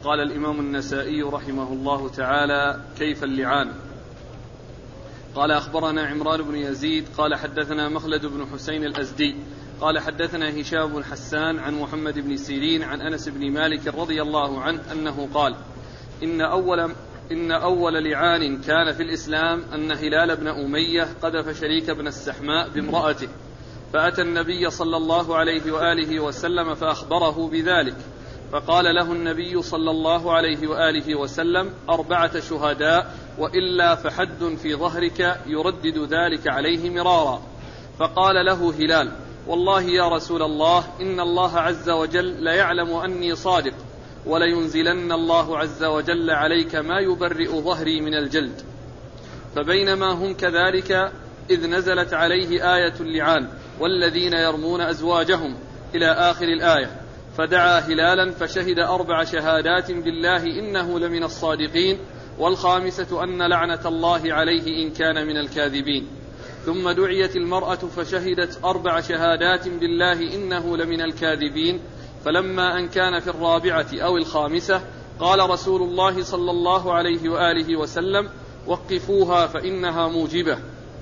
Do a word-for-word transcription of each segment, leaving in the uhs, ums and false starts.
قال الإمام النسائي رحمه الله تعالى: كيف اللعان؟ قال: أخبرنا عمران بن يزيد قال حدثنا مخلد بن حسين الأزدي قال حدثنا هشام بن حسان عن محمد بن سيرين عن أنس بن مالك رضي الله عنه أنه قال: إن أول, إن أول لعان كان في الإسلام أن هلال بن أمية قذف شريك بن السحماء بامرأته، فأتى النبي صلى الله عليه وآله وسلم فأخبره بذلك، فقال له النبي صلى الله عليه وآله وسلم: أربعة شهداء وإلا فحد في ظهرك يردد ذلك عليه مرارا. فقال له هلال: والله يا رسول الله إن الله عز وجل ليعلم أني صادق، ولينزلن الله عز وجل عليك ما يبرئ ظهري من الجلد. فبينما هم كذلك إذ نزلت عليه آية اللعان: والذين يرمون أزواجهم إلى آخر الآية، فدعا هلالا فشهد أربع شهادات بالله إنه لمن الصادقين، والخامسة أن لعنة الله عليه إن كان من الكاذبين. ثم دعيت المرأة فشهدت أربع شهادات بالله إنه لمن الكاذبين، فلما أن كان في الرابعة أو الخامسة قال رسول الله صلى الله عليه وآله وسلم: وقفوها فإنها موجبة.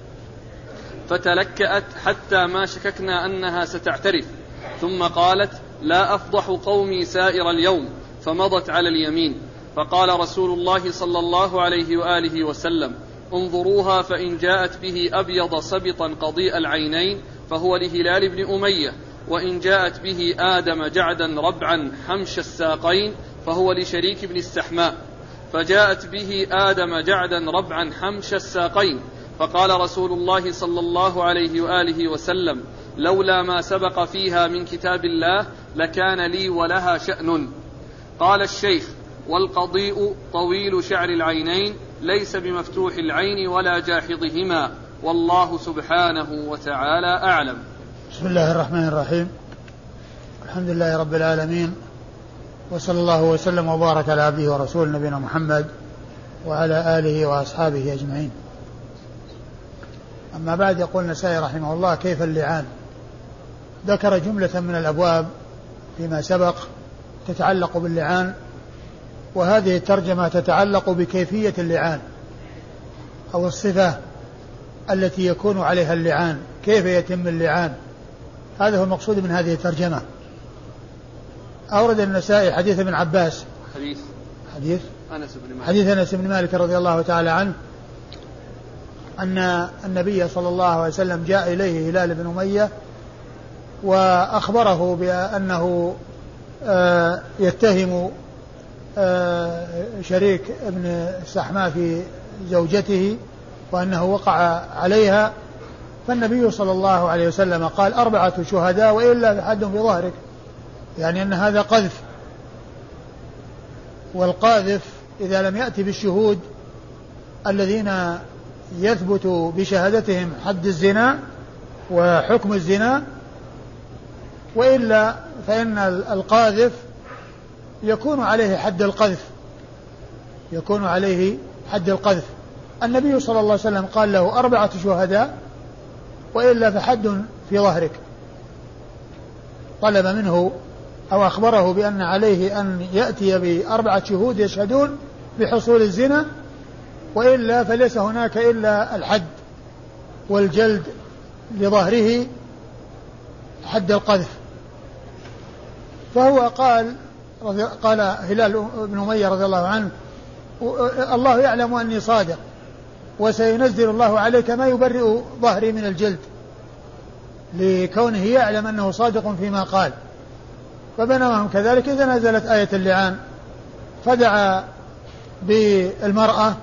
فتلكأت حتى ما شككنا أنها ستعترف، ثم قالت: لا أفضح قومي سائر اليوم، فمضت على اليمين. فقال رسول الله صلى الله عليه وآله وسلم: انظروها فإن جاءت به أبيض سبطا قضيء العينين فهو لهلال بن أمية، وإن جاءت به آدم جعدا ربعا حمش الساقين فهو لشريك بن السحماء. فجاءت به آدم جعدا ربعا حمش الساقين، فقال رسول الله صلى الله عليه وآله وسلم: لولا ما سبق فيها من كتاب الله لكان لي ولها شأن. قال الشيخ: والقضيء طويل شعر العينين ليس بمفتوح العين ولا جاحظهما، والله سبحانه وتعالى أعلم. بسم الله الرحمن الرحيم. الحمد لله رب العالمين، وصلى الله وسلم وبارك على عبده ورسوله نبينا محمد وعلى آله وأصحابه أجمعين. أما بعد، يقول النسائي رحمه الله: كيف اللعان؟ ذكر جملة من الأبواب فيما سبق تتعلق باللعان، وهذه الترجمة تتعلق بكيفية اللعان أو الصفة التي يكون عليها اللعان، كيف يتم اللعان، هذا هو المقصود من هذه الترجمة. أورد النسائي حديث ابن عباس، حديث حديث أنس بن مالك حديث أنس بن مالك رضي الله تعالى عنه أن النبي صلى الله عليه وسلم جاء إليه هلال بن أمية وأخبره بأنه يتهم شريك ابن السحماء في زوجته وأنه وقع عليها. فالنبي صلى الله عليه وسلم قال: أربعة شهداء وإلا فحد في ظهرك، يعني أن هذا قذف، والقاذف إذا لم يأتي بالشهود الذين يثبت بشهادتهم حد الزنا وحكم الزنا، وإلا فإن القاذف يكون عليه حد القذف، يكون عليه حد القذف. النبي صلى الله عليه وسلم قال له: أربعة شهداء وإلا فحد في ظهرك. طلب منه أو أخبره بأن عليه أن يأتي بأربعة شهود يشهدون بحصول الزنا، وإلا فليس هناك إلا الحد والجلد لظهره حد القذف. فهو قال قال هلال بن أمية رضي الله عنه: الله يعلم أني صادق، وسينزل الله عليك ما يبرئ ظهري من الجلد، لكونه يعلم أنه صادق فيما قال. فبينما هم كذلك إذا نزلت آية اللعان، فدعا بالمرأة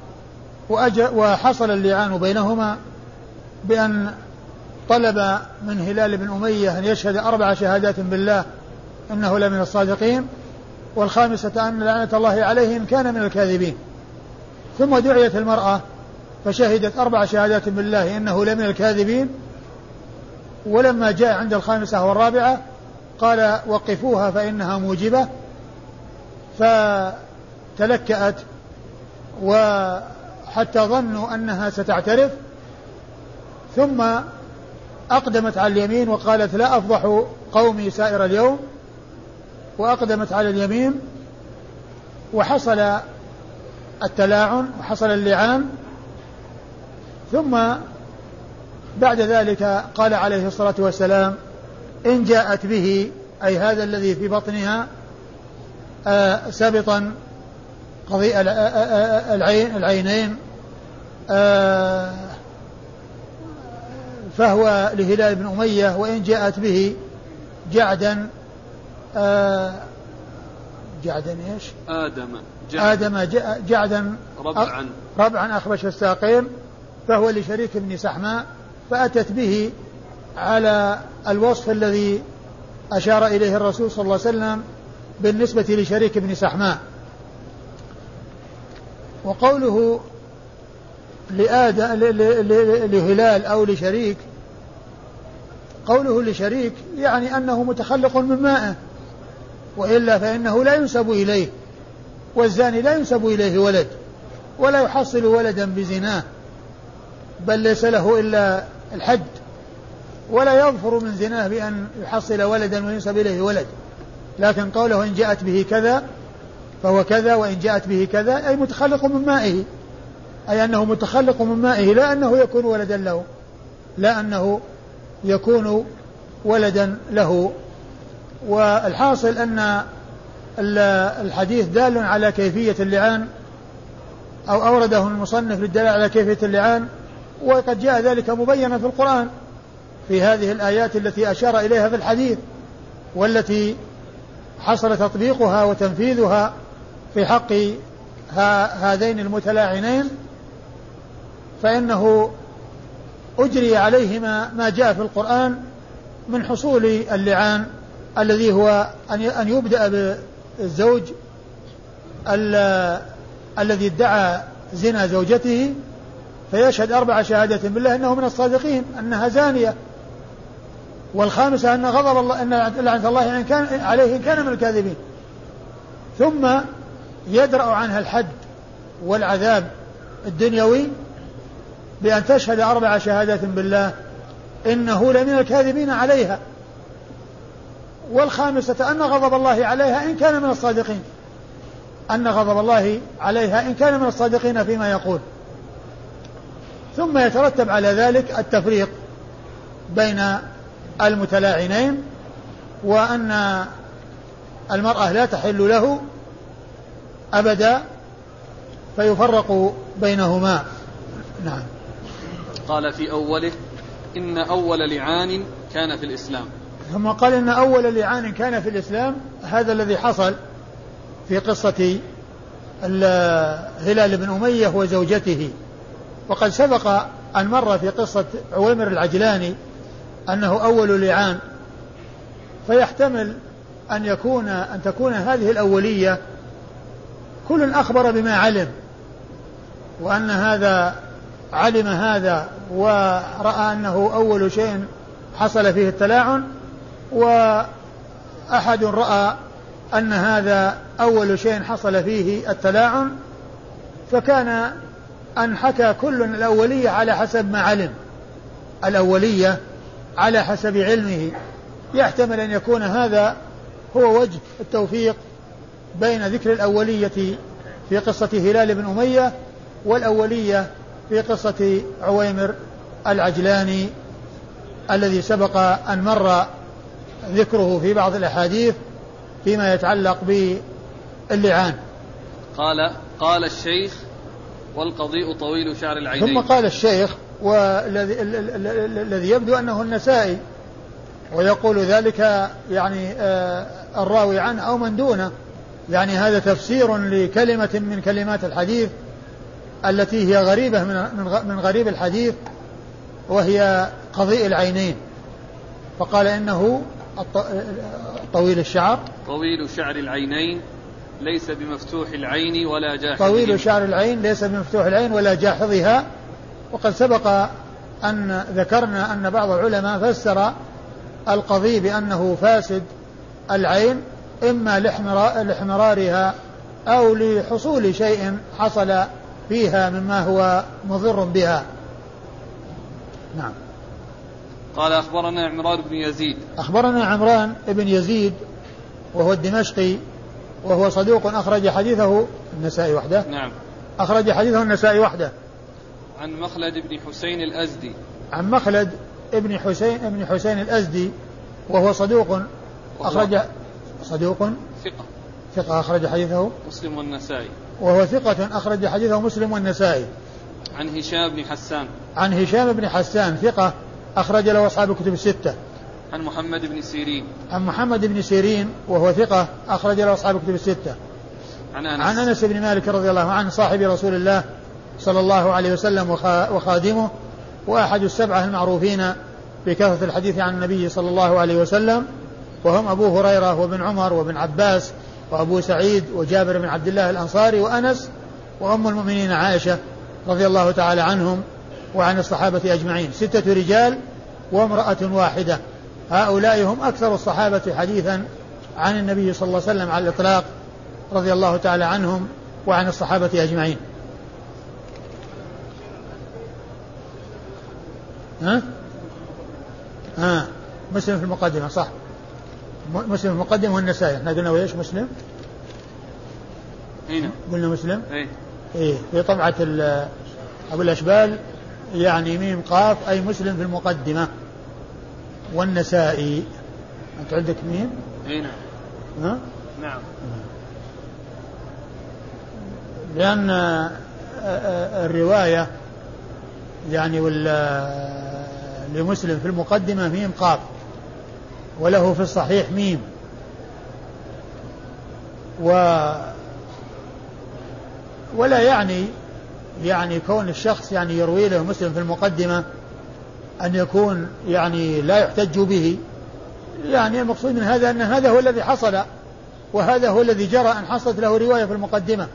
وحصل اللعان بينهما بأن طلب من هلال بن أمية أن يشهد أربع شهادات بالله إنه لمن الصادقين، والخامسة أن لعنة الله عليه إن كان من الكاذبين. ثم دعيت المرأة فشهدت أربع شهادات بالله إنه لمن الكاذبين، ولما جاء عند الخامسة والرابعة قال: وقفوها فإنها موجبة. فتلكأت وحتى ظنوا أنها ستعترف، ثم أقدمت على اليمين وقالت: لا أفضح قومي سائر اليوم، وأقدمت على اليمين وحصل التلاعن وحصل اللعان، ثم بعد ذلك قال عليه الصلاة والسلام إن جاءت به، أي هذا الذي في بطنها آه سابطا قضيء العين العينين آه فهو لهلال بن أمية، وإن جاءت به جعدا آه جعدا إيش آدم جعدا, آدم جعدا ربعا ربعا أخبش الساقين فهو لشريك بن سحماء، فأتت به على الوصف الذي أشار إليه الرسول صلى الله عليه وسلم بالنسبة لشريك بن سحماء. وقوله لهلال أو لشريك، قوله لشريك يعني أنه متخلق من مائه، وإلا فإنه لا ينسب إليه، والزاني لا ينسب إليه ولد ولا يحصل ولدا بزناه، بل ليس له إلا الحد، ولا يظفر من زناه بأن يحصل ولدا وينسب إليه ولد. لكن قوله إن جاءت به كذا فهو كذا، وإن جاءت به كذا أي متخلق من مائه، أي أنه متخلق من مائه، لا أنه يكون ولدا له، لا أنه يكون ولدا له. والحاصل أن الحديث دال على كيفية اللعان، أو أورده المصنف للدلالة على كيفية اللعان، وقد جاء ذلك مبينا في القرآن في هذه الآيات التي أشار إليها في الحديث، والتي حصل تطبيقها وتنفيذها في حق هذين المتلاعنين، فإنه أجري عليهما ما جاء في القرآن من حصول اللعان، الذي هو أن يبدأ بالزوج الذي ادعى زنا زوجته فيشهد أربع شهادة بالله أنه من الصادقين أنها زانية، والخامسة أن غضب الله أن لعنة الله إن كان عليه إن كان من الكاذبين، ثم يدرأ عنها الحد والعذاب الدنيوي بأن تشهد أربع شهادات بالله إنه لمن الكاذبين عليها، والخامسة أن غضب الله عليها إن كان من الصادقين، أن غضب الله عليها إن كان من الصادقين فيما يقول. ثم يترتب على ذلك التفريق بين المتلاعنين، وأن المرأة لا تحل له أبدا، فيفرق بينهما. نعم. قال في أوله إن أول لعان كان في الإسلام. ثم قال إن أول لعان كان في الإسلام، هذا الذي حصل في قصة هلال بن أمية وزوجته. وقد سبق أن مر في قصة عويمر العجلاني أنه أول لعان، فيحتمل أن يكون أن تكون هذه الأولية كل أخبر بما علم، وأن هذا علم هذا ورأى أنه أول شيء حصل فيه التلاعن، وأحد رأى أن هذا أول شيء حصل فيه التلاعن، فكان أن حكى كل الأولية على حسب ما علم، الأولية على حسب علمه. يحتمل أن يكون هذا هو وجه التوفيق بين ذكر الأولية في قصة هلال بن أمية والأولية في قصة عويمر العجلاني الذي سبق أن مر ذكره في بعض الأحاديث فيما يتعلق باللعان. قال قال الشيخ والقضيء طويل شعر العينين. ثم قال الشيخ، والذي الذي يبدو أنه النسائي، ويقول ذلك يعني الراوي عنه أو من دونه، يعني هذا تفسير لكلمة من كلمات الحديث التي هي غريبة من غريب الحديث، وهي قضيء العينين. فقال إنه طويل الشعر طويل شعر العينين ليس بمفتوح العين ولا جاحظ. طويل شعر العين ليس بمفتوح العين ولا جاحظها. وقد سبق أن ذكرنا أن بعض العلماء فسر القضيء بأنه فاسد العين، إما لاحمرارها أو لحصول شيء حصل فيها مما هو مضر بها. نعم. قال أخبرنا عمران بن يزيد. أخبرنا عمران بن يزيد وهو الدمشقي وهو صدوق أخرج حديثه النسائي وحده. نعم. أخرج حديثه النسائي وحده. عن مخلد بن حسين الأزدي. عن مخلد ابن حسين ابن حسين الأزدي وهو صدوق أخرج صدوق ثقة ثقة أخرج حديثه مسلم والنسائي. وهو ثقة أخرج حديثه مسلم والنسائي. عن هشام بن حسان. عن هشام بن حسان ثقة أخرج له أصحاب الكتب الستة. عن محمد بن سيرين. عن محمد بن سيرين وهو ثقة أخرج له أصحاب الكتب الستة. عن أنس. عن أنس بن مالك رضي الله عنه صاحب رسول الله صلى الله عليه وسلم وخادمه وأحد السبعة المعروفين بكثرة الحديث عن النبي صلى الله عليه وسلم، وهم أبو هريرة وابن عمر وابن عباس وأبو سعيد وجابر بن عبد الله الأنصاري وأنس وأم المؤمنين عائشة رضي الله تعالى عنهم وعن الصحابة أجمعين، ستة رجال وامرأة واحدة. هؤلاء هم أكثر الصحابة حديثا عن النبي صلى الله عليه وسلم على الإطلاق رضي الله تعالى عنهم وعن الصحابة أجمعين. ها؟ ها مسلم في المقدمة صح، مسلم في المقدمة والنسائي. احنا قلنا ويش مسلم؟ هنا قلنا مسلم ايه ايه في طبعة أبو الأشبال يعني ميم قاف أي مسلم في المقدمة والنسائي. أنت عندك ميم؟ هنا ها؟ نعم. لأن الرواية يعني لمسلم في المقدمة ميم قاف وله في الصحيح ميم، و ولا يعني يعني كون الشخص يعني يروي له مسلم في المقدمة أن يكون يعني لا يحتج به، يعني المقصود من هذا أن هذا هو الذي حصل وهذا هو الذي جرى أن حصلت له رواية في المقدمة،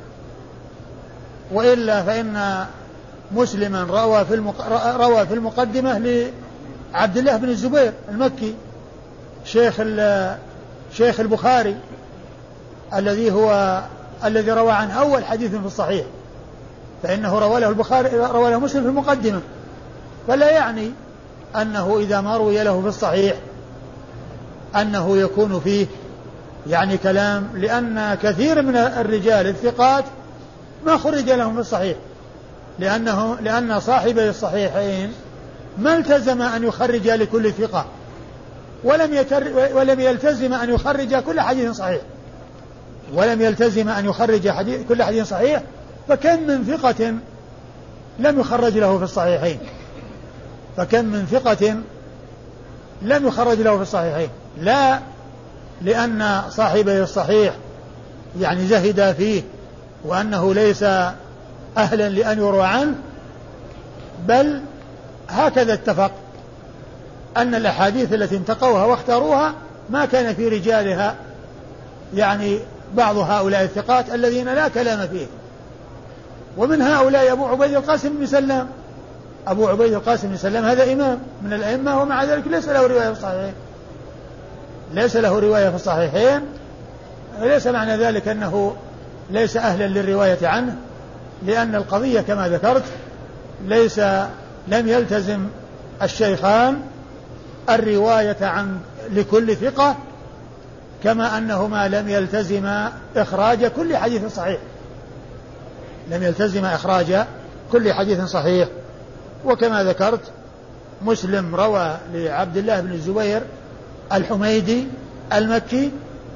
وإلا فإن مسلما روى في المق... روى في المقدمة لعبد الله بن الزبير المكي شيخ ال... شيخ البخاري الذي هو الذي روى عنه أول حديث في الصحيح، فإنه روى له البخاري روى له مسلم في المقدمة، فلا يعني أنه إذا ما روي له في الصحيح أنه يكون فيه يعني كلام، لأن كثير من الرجال الثقات ما خرج لهم في الصحيح، لأنه لأن صاحبي الصحيحين ما التزم أن يخرج لكل ثقة ولم يتر ولم يلتزم أن يخرج كل حديث صحيح ولم يلتزم أن يخرج حديث كل حديث صحيح، فكم من ثقة لم يخرج له في الصحيحين فكم من ثقة لم يخرج له في الصحيحين، لا لأن صاحبي الصحيح يعني زهد فيه وأنه ليس أهلا لأن يروى عنه، بل هكذا اتفق أن الأحاديث التي انتقوها واختاروها ما كان في رجالها يعني بعض هؤلاء الثقات الذين لا كلام فيه، ومن هؤلاء أبو عبيد القاسم بن سلام. أبو عبيد القاسم بن سلام هذا إمام من الأئمة ومع ذلك ليس له رواية في الصحيحين ليس له رواية في الصحيحين ليس معنى ذلك أنه ليس أهلا للرواية عنه، لأن القضية كما ذكرت ليس لم يلتزم الشيخان الرواية عن لكل ثقة، كما أنهما لم يلتزم إخراج كل حديث صحيح لم يلتزم إخراج كل حديث صحيح. وكما ذكرت مسلم روى لعبد الله بن الزبير الحميدي المكي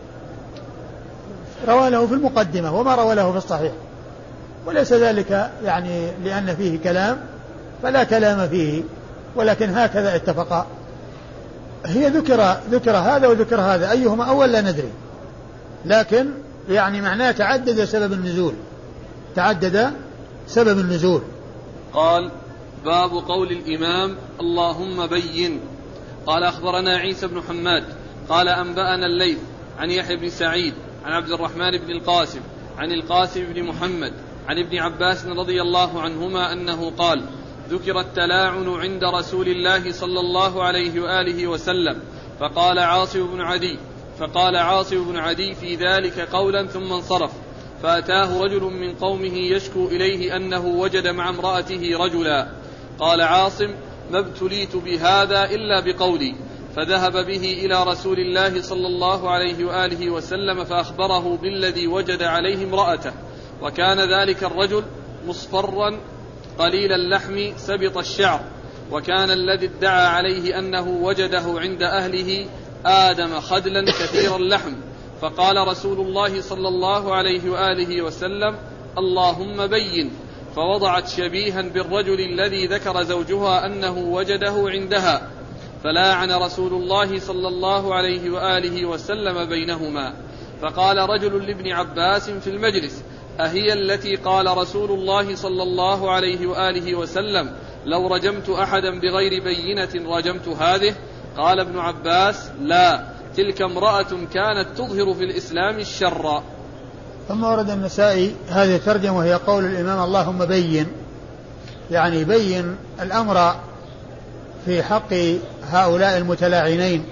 روى له في المقدمة وما روى له في الصحيح، وليس ذلك يعني لأن فيه كلام فلا كلام فيه، ولكن هكذا اتفقا. هي ذكر ذكر هذا وذكر هذا أيهما أول لا ندري، لكن يعني معناه تعدد سبب النزول تعدد سبب النزول. قال باب قول الإمام اللهم بين. قال أخبرنا عيسى بن حماد قال أنبأنا الليث عن يحيى بن سعيد عن عبد الرحمن بن القاسم عن القاسم بن محمد عن ابن عباس رضي الله عنهما أنه قال ذكر التلاعن عند رسول الله صلى الله عليه وآله وسلم فقال عاصم بن عدي فقال عاصم بن عدي في ذلك قولا ثم انصرف، فأتاه رجل من قومه يشكو إليه أنه وجد مع امرأته رجلا. قال عاصم ما ابتليت بهذا إلا بقولي، فذهب به إلى رسول الله صلى الله عليه وآله وسلم فأخبره بالذي وجد عليه امرأته، وكان ذلك الرجل مصفرا قليل اللحم سبط الشعر، وكان الذي ادعى عليه أنه وجده عند أهله آدم خدلا كثير اللحم. فقال رسول الله صلى الله عليه وآله وسلم: اللهم بين. فوضعت شبيها بالرجل الذي ذكر زوجها أنه وجده عندها، فلاعن رسول الله صلى الله عليه وآله وسلم بينهما. فقال رجل لابن عباس في المجلس: أهي التي قال رسول الله صلى الله عليه وآله وسلم: لو رجمت أحدا بغير بينة رجمت هذه؟ قال ابن عباس: لا، تلك امرأة كانت تظهر في الإسلام الشر. ثم ورد النسائي هذه الترجمة وهي قول الإمام: اللهم بين، يعني بين الأمر في حق هؤلاء المتلاعنين.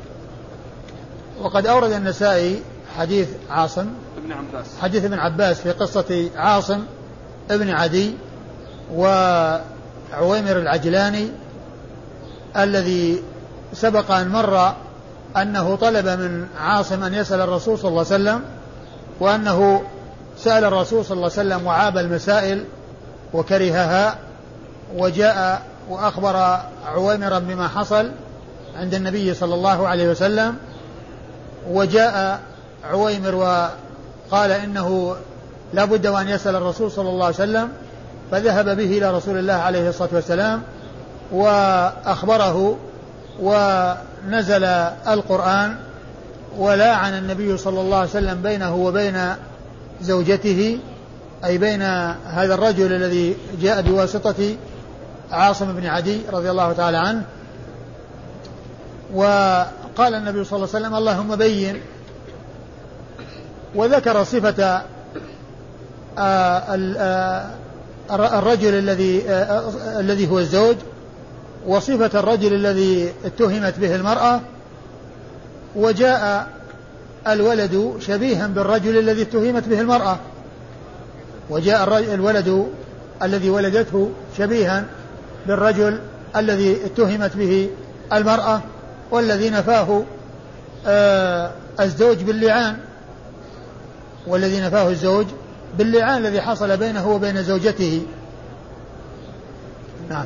وقد أورد النسائي حديث عاصم ابن عباس حديث ابن عباس في قصة عاصم ابن عدي وعويمر العجلاني الذي سبق أن مر أنه طلب من عاصم أن يسأل الرسول صلى الله عليه وسلم، وأنه سأل الرسول صلى الله عليه وسلم وعاب المسائل وكرهها، وجاء وأخبر عويمرا بما حصل عند النبي صلى الله عليه وسلم. وجاء عويمر وقال إنه لا بد وأن يسأل الرسول صلى الله عليه وسلم، فذهب به إلى رسول الله عليه الصلاة والسلام وأخبره، ونزل القرآن ولاعن النبي صلى الله عليه وسلم بينه وبين زوجته، أي بين هذا الرجل الذي جاء بواسطة عاصم بن عدي رضي الله تعالى عنه. وقال النبي صلى الله عليه وسلم: اللهم بين، وذكر صفة الرجل الذي الذي هو الزوج، وصفة الرجل الذي اتهمت به المرأة، وجاء الولد شبيها بالرجل الذي اتهمت به المرأة، وجاء الولد الذي ولدته شبيها بالرجل الذي اتهمت به المرأة، والذي نفاه الزوج باللعان والذي نفاه الزوج باللعان الذي حصل بينه وبين زوجته. نعم.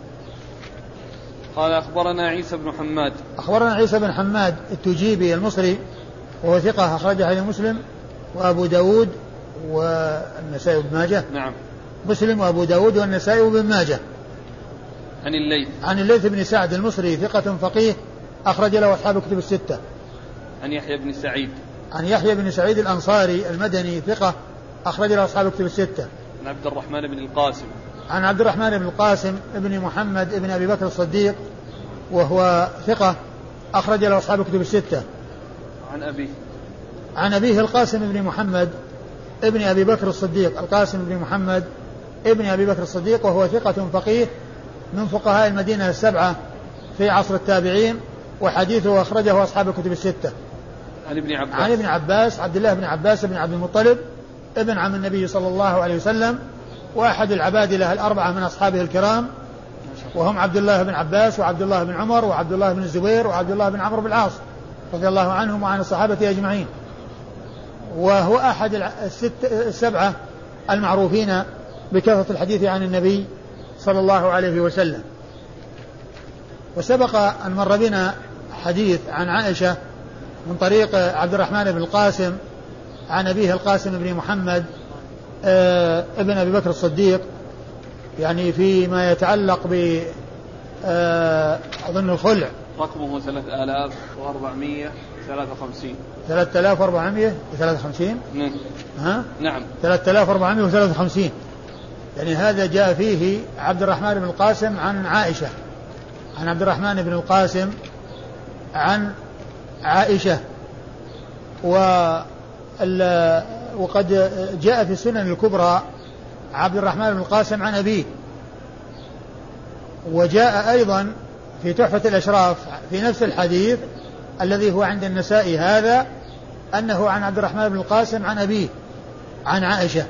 قال: أخبرنا عيسى بن حماد أخبرنا عيسى بن حماد التجيبي المصري، وهو ثقة أخرج حديث مسلم وأبو داود والنسائي وابن ماجه. نعم. مسلم وأبو داود والنسائي وابن ماجه. عن الليث عن الليث بن سعد المصري ثقة فقيه أخرج له أصحاب الكتب الستة. عن يحيى بن سعيد عن يحيى بن سعيد الأنصاري المدني ثقة أخرج له أصحاب الكتب الستة. عن عبد الرحمن بن القاسم عن عبد الرحمن بن القاسم ابن محمد ابن أبي بكر الصديق وهو ثقة أخرج له أصحاب الكتب الستة. عن أبيه عن أبيه القاسم بن محمد ابن أبي بكر الصديق القاسم بن محمد ابن أبي بكر الصديق وهو ثقة فقيه من فقهاء المدينة السبعة في عصر التابعين، وحديثه أخرجه أصحاب الكتب الستة. عن ابن عباس عن ابن عباس عبد الله بن عباس بن عبد المطلب ابن عم النبي صلى الله عليه وسلم، وأحد العبادلة الأربعة من أصحابه الكرام، وهم عبد الله بن عباس وعبد الله بن عمر وعبد الله بن الزبير وعبد الله بن عمرو بن العاص رضي الله عنهم وعن الصحابة أجمعين. وهو أحد الست السبعة المعروفين بكثرة الحديث عن النبي صلى الله عليه وسلم. وسبق أن مر بنا حديث عن عائشة من طريق عبد الرحمن بن القاسم عن أبيه القاسم بن محمد آه ابن أبي بكر الصديق، يعني فيما يتعلق ب آه أظن الخلع، رقمه ثلاثة آلاف وأربعمائة وثلاثة وخمسين ثلاثة آلاف وأربعمائة وثلاثة وخمسين نعم. ها؟ نعم ثلاثة آلاف وأربعمائة وثلاثة وخمسين. يعني هذا جاء فيه عبد الرحمن بن القاسم عن عائشة، عن عبد الرحمن بن القاسم عن عائشة. وقد جاء في السنن الكبرى عبد الرحمن بن القاسم عن أبيه، وجاء أيضا في تحفة الأشراف في نفس الحديث الذي هو عند النسائي هذا أنه عن عبد الرحمن بن القاسم عن أبيه عن عائشة.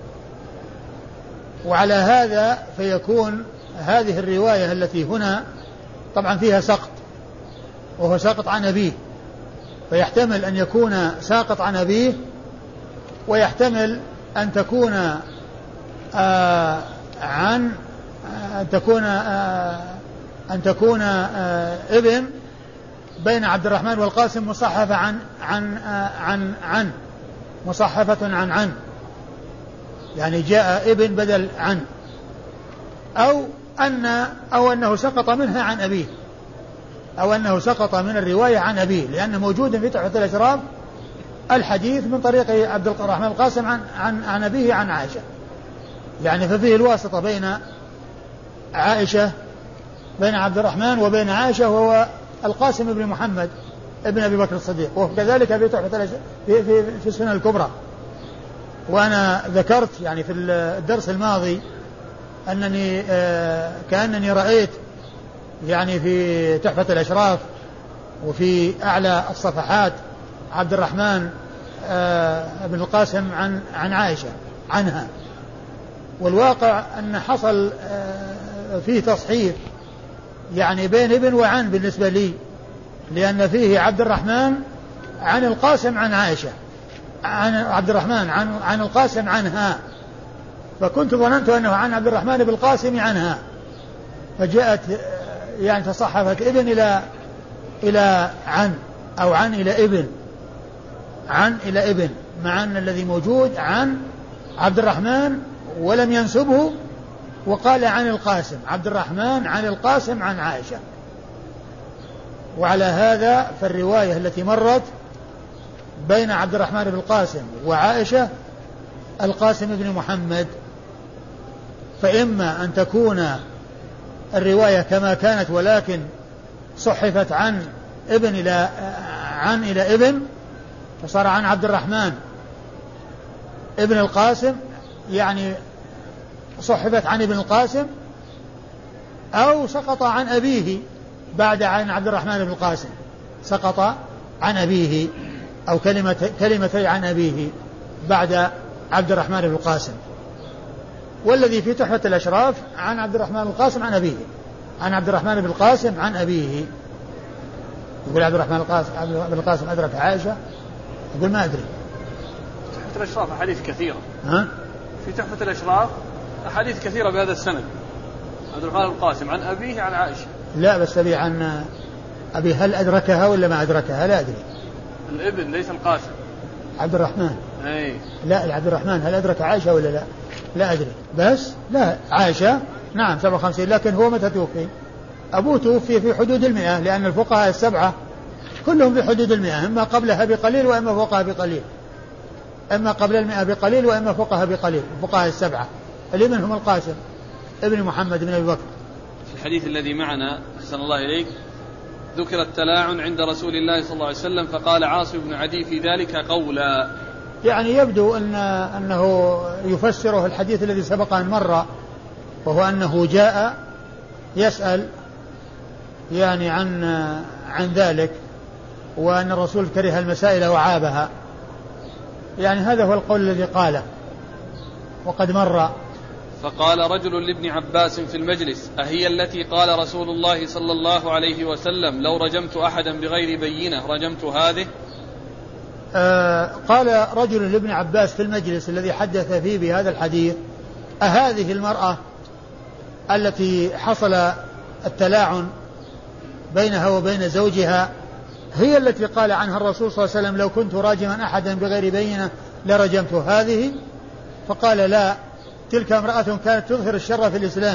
وعلى هذا فيكون هذه الرواية التي هنا طبعا فيها سقط، وهو ساقط عن أبيه، فيحتمل أن يكون ساقط عن أبيه، ويحتمل أن تكون آه عن أن تكون آه أن تكون آه ابن بين عبد الرحمن والقاسم مصحفة عن عن آه عن عن مصحفة عن عن يعني جاء ابن بدل عن، أو أن أو أنه سقط منها عن أبيه، أو أنه سقط من الرواية عن أبيه، لأنه موجود في تحفة الأشراف الحديث من طريق عبد الرحمن القاسم عن عن عن أبيه عن عائشة، يعني ففيه الواسطة بين عائشة بين عبد الرحمن وبين عائشة، وهو القاسم بن محمد ابن أبي بكر الصديق، وكذلك في تحفة في في في السنن الكبرى. وأنا ذكرت يعني في الدرس الماضي أنني آه كأنني رأيت يعني في تحفة الأشراف وفي أعلى الصفحات عبد الرحمن آه بن القاسم عن عن عائشة عنها، والواقع أن حصل آه فيه تصحيف يعني بين ابن وعن بالنسبة لي، لأن فيه عبد الرحمن عن القاسم عن عائشة، عن عبد الرحمن عن عن القاسم عنها، فكنت ظننت أنه عن عبد الرحمن بالقاسم عنها، فجاءت يعني تصحفت ابن إلى إلى عن أو عن إلى ابن، عن إلى ابن، مع أن الذي موجود عن عبد الرحمن ولم ينسبه، وقال عن القاسم، عبد الرحمن عن القاسم عن عائشة. وعلى هذا فالرواية التي مرت بين عبد الرحمن بن القاسم وعائشة القاسم بن محمد، فإما أن تكون الرواية كما كانت ولكن صحفت عن ابن إلى عن إلى ابن، فصار عن عبد الرحمن ابن القاسم، يعني صحفت عن ابن القاسم، أو سقط عن أبيه بعد عن عبد الرحمن بن القاسم، سقط عن أبيه أو كلمة كلمتي عن أبيه بعد عبد الرحمن بن القاسم. والذي في تحفة الأشراف عن عبد الرحمن بن القاسم عن أبيه، عن عبد الرحمن بن القاسم عن أبيه. يقول عبد الرحمن القاسم بن القاسم أدرك عائشة، يقول ما أدري. تحفة الأشراف أحاديث كثيرة. ها؟ في تحفة الأشراف أحاديث كثيرة بهذا السند، عبد الرحمن بن القاسم عن أبيه عن عائشة. لا بس أبي عن أبي هل أدركها ولا ما أدركها؟ لا أدري. الابن ليس القاسم. عبد الرحمن. أي. لا عبد الرحمن هل أدرك عائشة ولا لا؟ لا أدري. بس لا عائشة نعم سبعة وخمسين، لكن هو متى توفي؟ أبوه توفي في حدود المئة، لأن الفقهاء السبعة كلهم في حدود المئة، إما قبلها بقليل وإما فوقها بقليل، إما قبل المئة بقليل وإما فوقها بقليل، الفقهاء السبعة اللي منهم القاسم ابن محمد بن أبي بكر. في الحديث الذي معنا أحسن الله إليك ذكر التلاعن عند رسول الله صلى الله عليه وسلم، فقال عاصم بن عدي في ذلك قولا، يعني يبدو أن أنه يفسره الحديث الذي سبق أن مر، وهو أنه جاء يسأل يعني عن عن ذلك، وأن الرسول كره المسائل وعابها، يعني هذا هو القول الذي قاله وقد مر. فقال رجل لابن عباس في المجلس: أهي التي قال رسول الله صلى الله عليه وسلم لو رجمت أحدا بغير بينة رجمت هذه؟ آه قال رجل لابن عباس في المجلس الذي حدث فيه بهذا الحديث: أهذه المرأة التي حصل التلاعن بينها وبين زوجها هي التي قال عنها الرسول صلى الله عليه وسلم لو كنت راجما أحدا بغير بينة لرجمت هذه؟ فقال: لا، تلك امرأة كانت تظهر الشر في الإسلام.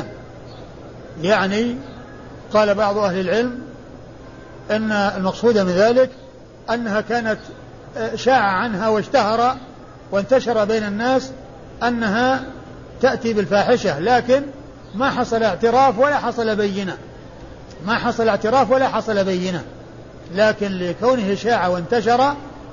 يعني قال بعض أهل العلم أن المقصود من ذلك أنها كانت شاع عنها واشتهر وانتشر بين الناس أنها تأتي بالفاحشة، لكن ما حصل اعتراف ولا حصل بينة، ما حصل اعتراف ولا حصل بينة، لكن لكونه شاع وانتشر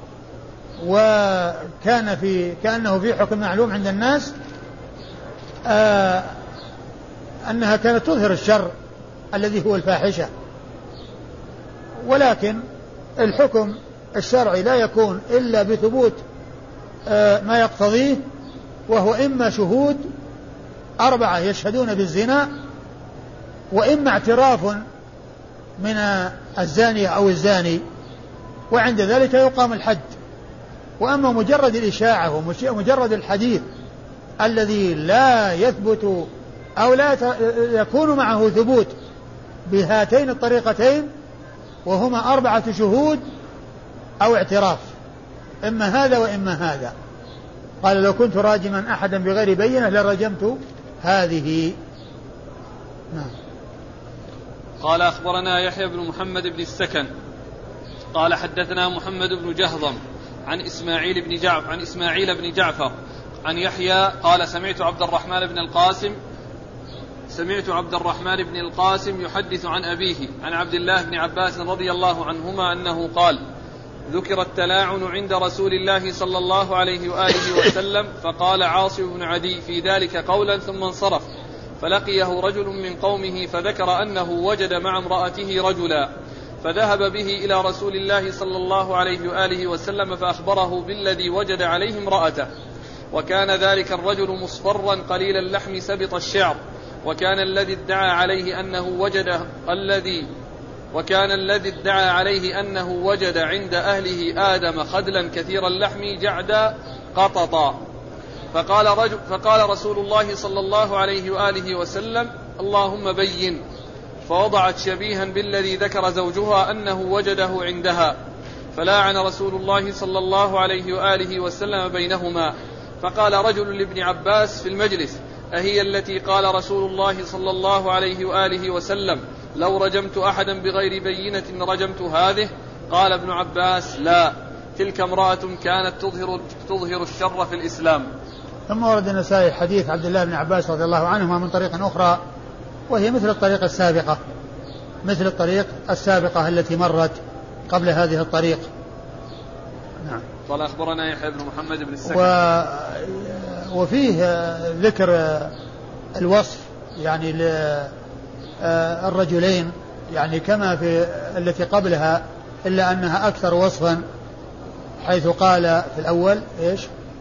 وكان في كأنه في حكم معلوم عند الناس آه أنها كانت تظهر الشر الذي هو الفاحشة. ولكن الحكم الشرعي لا يكون إلا بثبوت آه ما يقتضيه، وهو إما شهود أربعة يشهدون بالزنا، وإما اعتراف من الزانية أو الزاني، وعند ذلك يقام الحد. وأما مجرد الإشاعة ومجرد الحديث الذي لا يثبت أو لا يكون معه ثبوت بهاتين الطريقتين، وهما أربعة شهود أو اعتراف، إما هذا وإما هذا. قال لو كنت راجما أحدا بغير بينة لرجمت هذه. نعم. قال أخبرنا يحيى بن محمد بن السكن قال حدثنا محمد بن جهضم عن إسماعيل بن جعفر عن إسماعيل بن جعفر عن يحيى قال سمعت عبد الرحمن بن القاسم سمعت عبد الرحمن بن القاسم يحدث عن أبيه عن عبد الله بن عباس رضي الله عنهما أنه قال ذكر التلاعن عند رسول الله صلى الله عليه وآله وسلم فقال عاصم بن عدي في ذلك قولا ثم انصرف، فلقيه رجل من قومه فذكر أنه وجد مع امرأته رجلا، فذهب به إلى رسول الله صلى الله عليه وآله وسلم فأخبره بالذي وجد عليه امرأته، وكان ذلك الرجل مصفرا قليل اللحم سبط الشعر، وكان الذي ادعى عليه أنه وجد الذي وكان الذي ادعى عليه أنه وجد عند أهله آدم خدلا كثير اللحم جعدا قططا. فقال, رجل فقال رسول الله صلى الله عليه وآله وسلم اللهم بين، فوضعت شبيها بالذي ذكر زوجها أنه وجده عندها، فلاعن رسول الله صلى الله عليه وآله وسلم بينهما. فقال رجل لابن عباس في المجلس أهي التي قال رسول الله صلى الله عليه وآله وسلم لو رجمت أحدا بغير بينة رجمت هذه؟ قال ابن عباس لا، تلك امرأة كانت تظهر, تظهر الشر في الإسلام. ثم ورد النسائي حديث عبد الله بن عباس رضي الله عنهما من طريق أخرى، وهي مثل الطريق السابقة مثل الطريق السابقة التي مرت قبل هذه الطريق. نعم. قال أخبرنا يحيى بن محمد بن السكن و... وفيه ذكر الوصف يعني للرجلين يعني كما في التي قبلها، إلا أنها أكثر وصفا، حيث قال في الأول إيش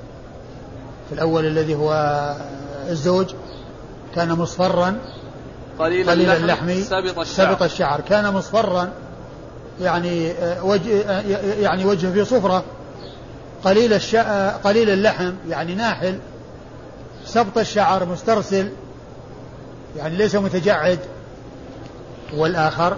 في الأول الذي هو الزوج كان مصفرا قليل, قليل اللحم, اللحم سبط الشعر. سبط الشعر كان مصفرا يعني وجه يعني وجهه في صفرة، قليل الشع... قليل اللحم يعني ناحل، سبط الشعر مسترسل يعني ليس متجعد. والآخر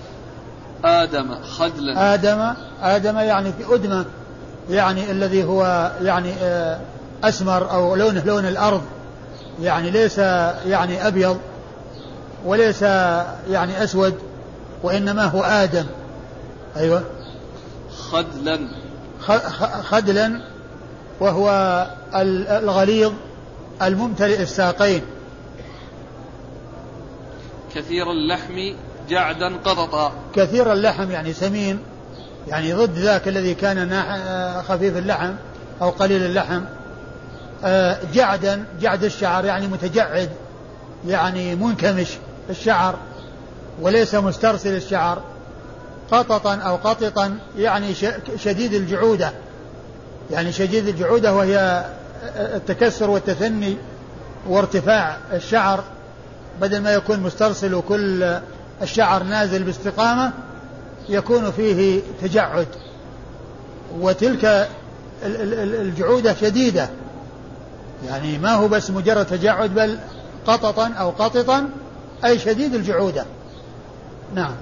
آدم خدلا آدم آدم يعني في أدمة، يعني الذي هو يعني أسمر أو لونه لون الأرض، يعني ليس يعني أبيض وليس يعني أسود، وإنما هو آدم. أيوة خدلا خدلا وهو الغليظ الممتلئ الساقين. كثير اللحم جعدا قططا، كثير اللحم يعني سمين، يعني ضد ذاك الذي كان خفيف اللحم أو قليل اللحم. جعدا جعد الشعر يعني متجعد، يعني منكمش الشعر وليس مسترسل الشعر. قططا أو قططا يعني شديد الجعودة، يعني شديد الجعودة وهي التكسر والتثني وارتفاع الشعر، بدل ما يكون مسترسل وكل الشعر نازل باستقامة يكون فيه تجعد، وتلك الجعودة شديدة، يعني ما هو بس مجرد تجعد بل قططا أو قططا أي شديد الجعودة. نعم.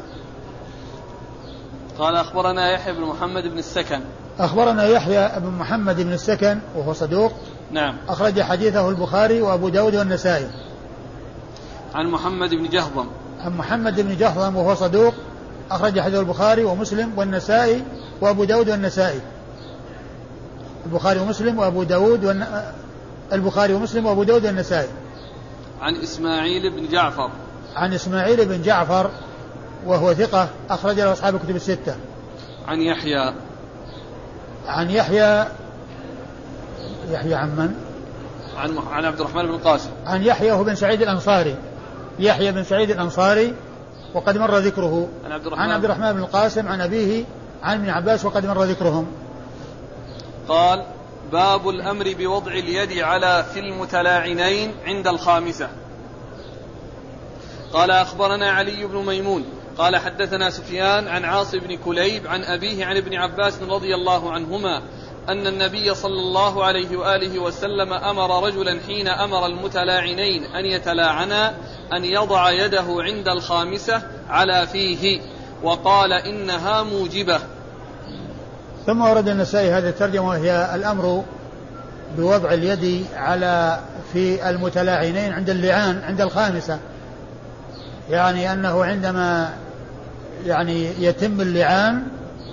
قال أخبرنا يحيى بن محمد بن السكن أخبرنا يحيى بن محمد بن السكن وهو صدوق. نعم. أخرج حديثه البخاري وأبو داود والنسائي. عن محمد بن جهضم عن محمد بن جهضم وهو صدوق، أخرج حديثه البخاري ومسلم والنسائي وأبو داود والنسائي. البخاري ومسلم وأبو داود والن... البخاري ومسلم وأبو داود والنسائي. عن إسماعيل بن جعفر عن إسماعيل بن جعفر وهو ثقة، أخرج له أصحاب الكتب الستة. عن يحيى عن يحيى يحيى عن من؟ عن عن عبد الرحمن بن القاسم عن يحيى هو بن سعيد الأنصاري، يحيى بن سعيد الأنصاري وقد مر ذكره. عن عبد الرحمن, عن عبد الرحمن بن القاسم عن أبيه عن ابن عباس وقد مر ذكرهم. قال باب الأمر بوضع اليد على في المتلاعنين عند الخامسة. قال أخبرنا علي بن ميمون قال حدثنا سفيان عن عاصم بن كليب عن أبيه عن ابن عباس رضي الله عنهما أن النبي صلى الله عليه وآله وسلم أمر رجلا حين أمر المتلاعنين أن يتلاعنا أن يضع يده عند الخامسة على فيه وقال إنها موجبة. ثم ورد النسائي هذا الترجمة وهي الأمر بوضع اليد على في المتلاعنين عند اللعان عند الخامسة، يعني أنه عندما يعني يتم اللعان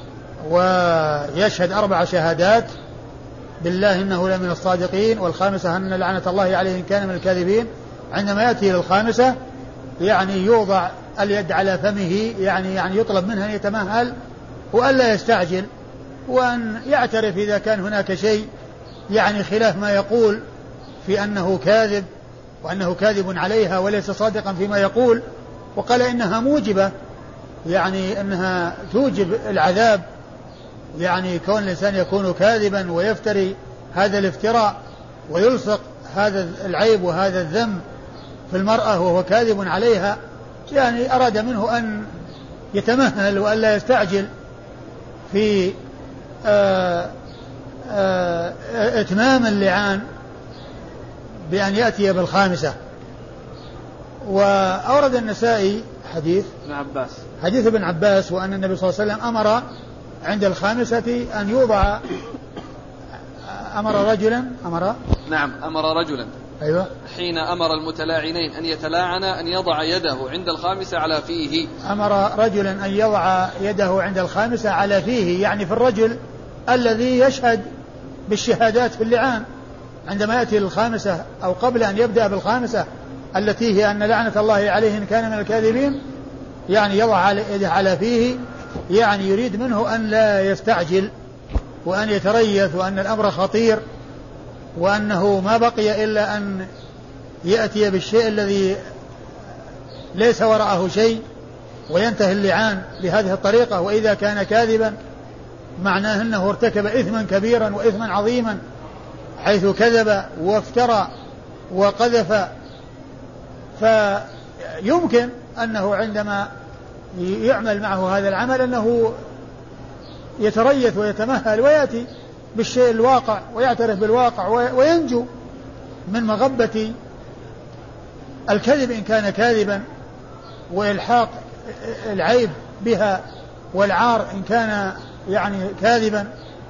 ويشهد أربع شهادات بالله إنه لمن الصادقين والخامسة أن لعنة الله عليه إن كان من الكاذبين، عندما يأتي للخامسة يعني يوضع اليد على فمه، يعني يعني يطلب منه أن يتمهل وألا يستعجل، وأن يعترف إذا كان هناك شيء يعني خلاف ما يقول في أنه كاذب وأنه كاذب عليها وليس صادقا فيما يقول. وقال إنها موجبة، يعني أنها توجب العذاب، يعني كون الإنسان يكون كاذبا ويفتري هذا الافتراء ويلصق هذا العيب وهذا الذنب في المرأة وهو كاذب عليها، يعني أراد منه أن يتمهل وألا يستعجل في آآ آآ إتمام اللعان بأن يأتي بالخامسة. وأورد النسائي حديث ابن عباس حديث ابن عباس وأن النبي صلى الله عليه وسلم أمر عند الخامسة أن يوضع أمر رجلا أمر نعم أمر رجلا أيوة حين أمر المتلاعنين أن يتلاعنا أن يضع يده عند الخامسة على فيه. أمر رجلا أن يضع يده عند الخامسة على فيه، يعني في الرجل الذي يشهد بالشهادات في اللعان، عندما يأتي للخامسة أو قبل أن يبدأ بالخامسة التي هي أن لعنة الله عليه إن كان من الكاذبين، يعني يضع يده على فيه، يعني يريد منه أن لا يستعجل وأن يتريث وأن الأمر خطير وأنه ما بقي إلا أن يأتي بالشيء الذي ليس وراءه شيء وينتهي اللعان بهذه الطريقة. وإذا كان كاذبا معناه أنه ارتكب إثما كبيرا وإثما عظيما حيث كذب وافترى وقذف، فيمكن أنه عندما يعمل معه هذا العمل أنه يتريث ويتمهل ويأتي بالشيء الواقع ويعترف بالواقع وينجو من مغبة الكذب إن كان كاذبا وإلحاق العيب بها والعار إن كان يعني كاذبا.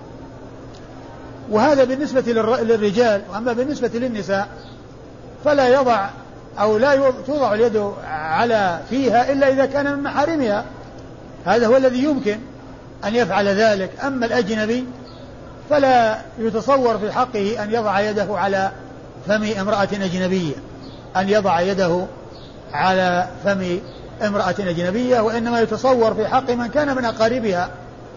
وهذا بالنسبة للرجال. وأما بالنسبة للنساء فلا يضع أو لا توضع اليد على فيها إلا إذا كان من محارمها، هذا هو الذي يمكن أن يفعل ذلك. أما الأجنبي فلا يتصور في حقه أن يضع يده على فم امرأة أجنبية أن يضع يده على فم امرأة أجنبية، وإنما يتصور في حق من كان من أقاربها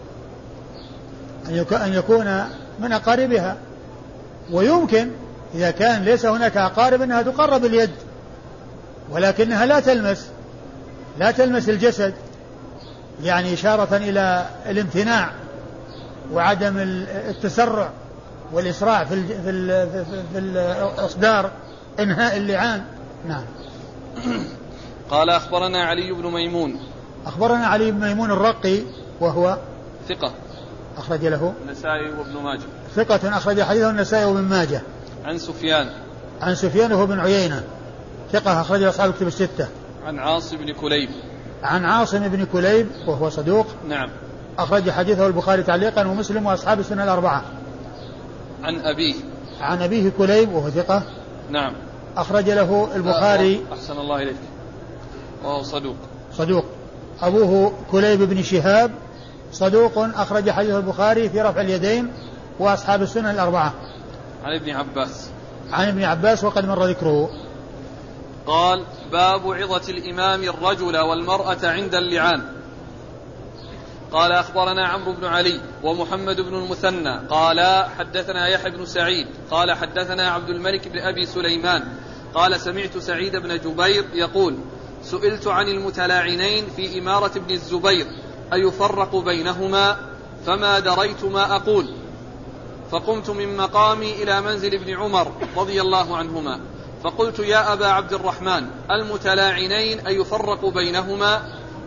أن يكون من أقاربها. ويمكن إذا كان ليس هناك أقارب أنها تقرب اليد ولكنها لا تلمس لا تلمس الجسد، يعني إشارة إلى الامتناع وعدم التسرع والإسراع في في في الإصدار إنهاء اللعان. نعم. قال أخبرنا علي بن ميمون أخبرنا علي بن ميمون الرقي وهو ثقة أخرج له النسائي وابن ماجه ثقة أخرج حديثه النسائي وابن ماجه. عن سفيان عن سفيان وهو بن عيينة ثقة أخرج أصحاب الكتب الستة. عن عاصم بن كليب عن عاصم بن كليب وهو صدوق نعم أخرج حديثه البخاري تعليقا ومسلم وأصحاب السنة الأربعة. عن أبيه عن أبيه كليب وهو ثقة نعم أخرج له البخاري أحسن الله إليك وهو صدوق صدوق أبوه كليب بن شهاب صدوق أخرج حديث البخاري في رفع اليدين وأصحاب السنة الأربعة. عن ابن عباس عن ابن عباس وقد مر ذكره. قال باب عظة الإمام الرجل والمرأة عند اللعان. قال أخبرنا عمرو بن علي ومحمد بن المثنى قال حدثنا يحيى بن سعيد قال حدثنا عبد الملك بن أبي سليمان قال سمعت سعيد بن جبير يقول سئلت عن المتلاعنين في إمارة ابن الزبير أيفرق بينهما فما دريت ما أقول، فقمت من مقامي إلى منزل ابن عمر رضي الله عنهما فقلت يا أبا عبد الرحمن المتلاعنين أيفرق بينهما؟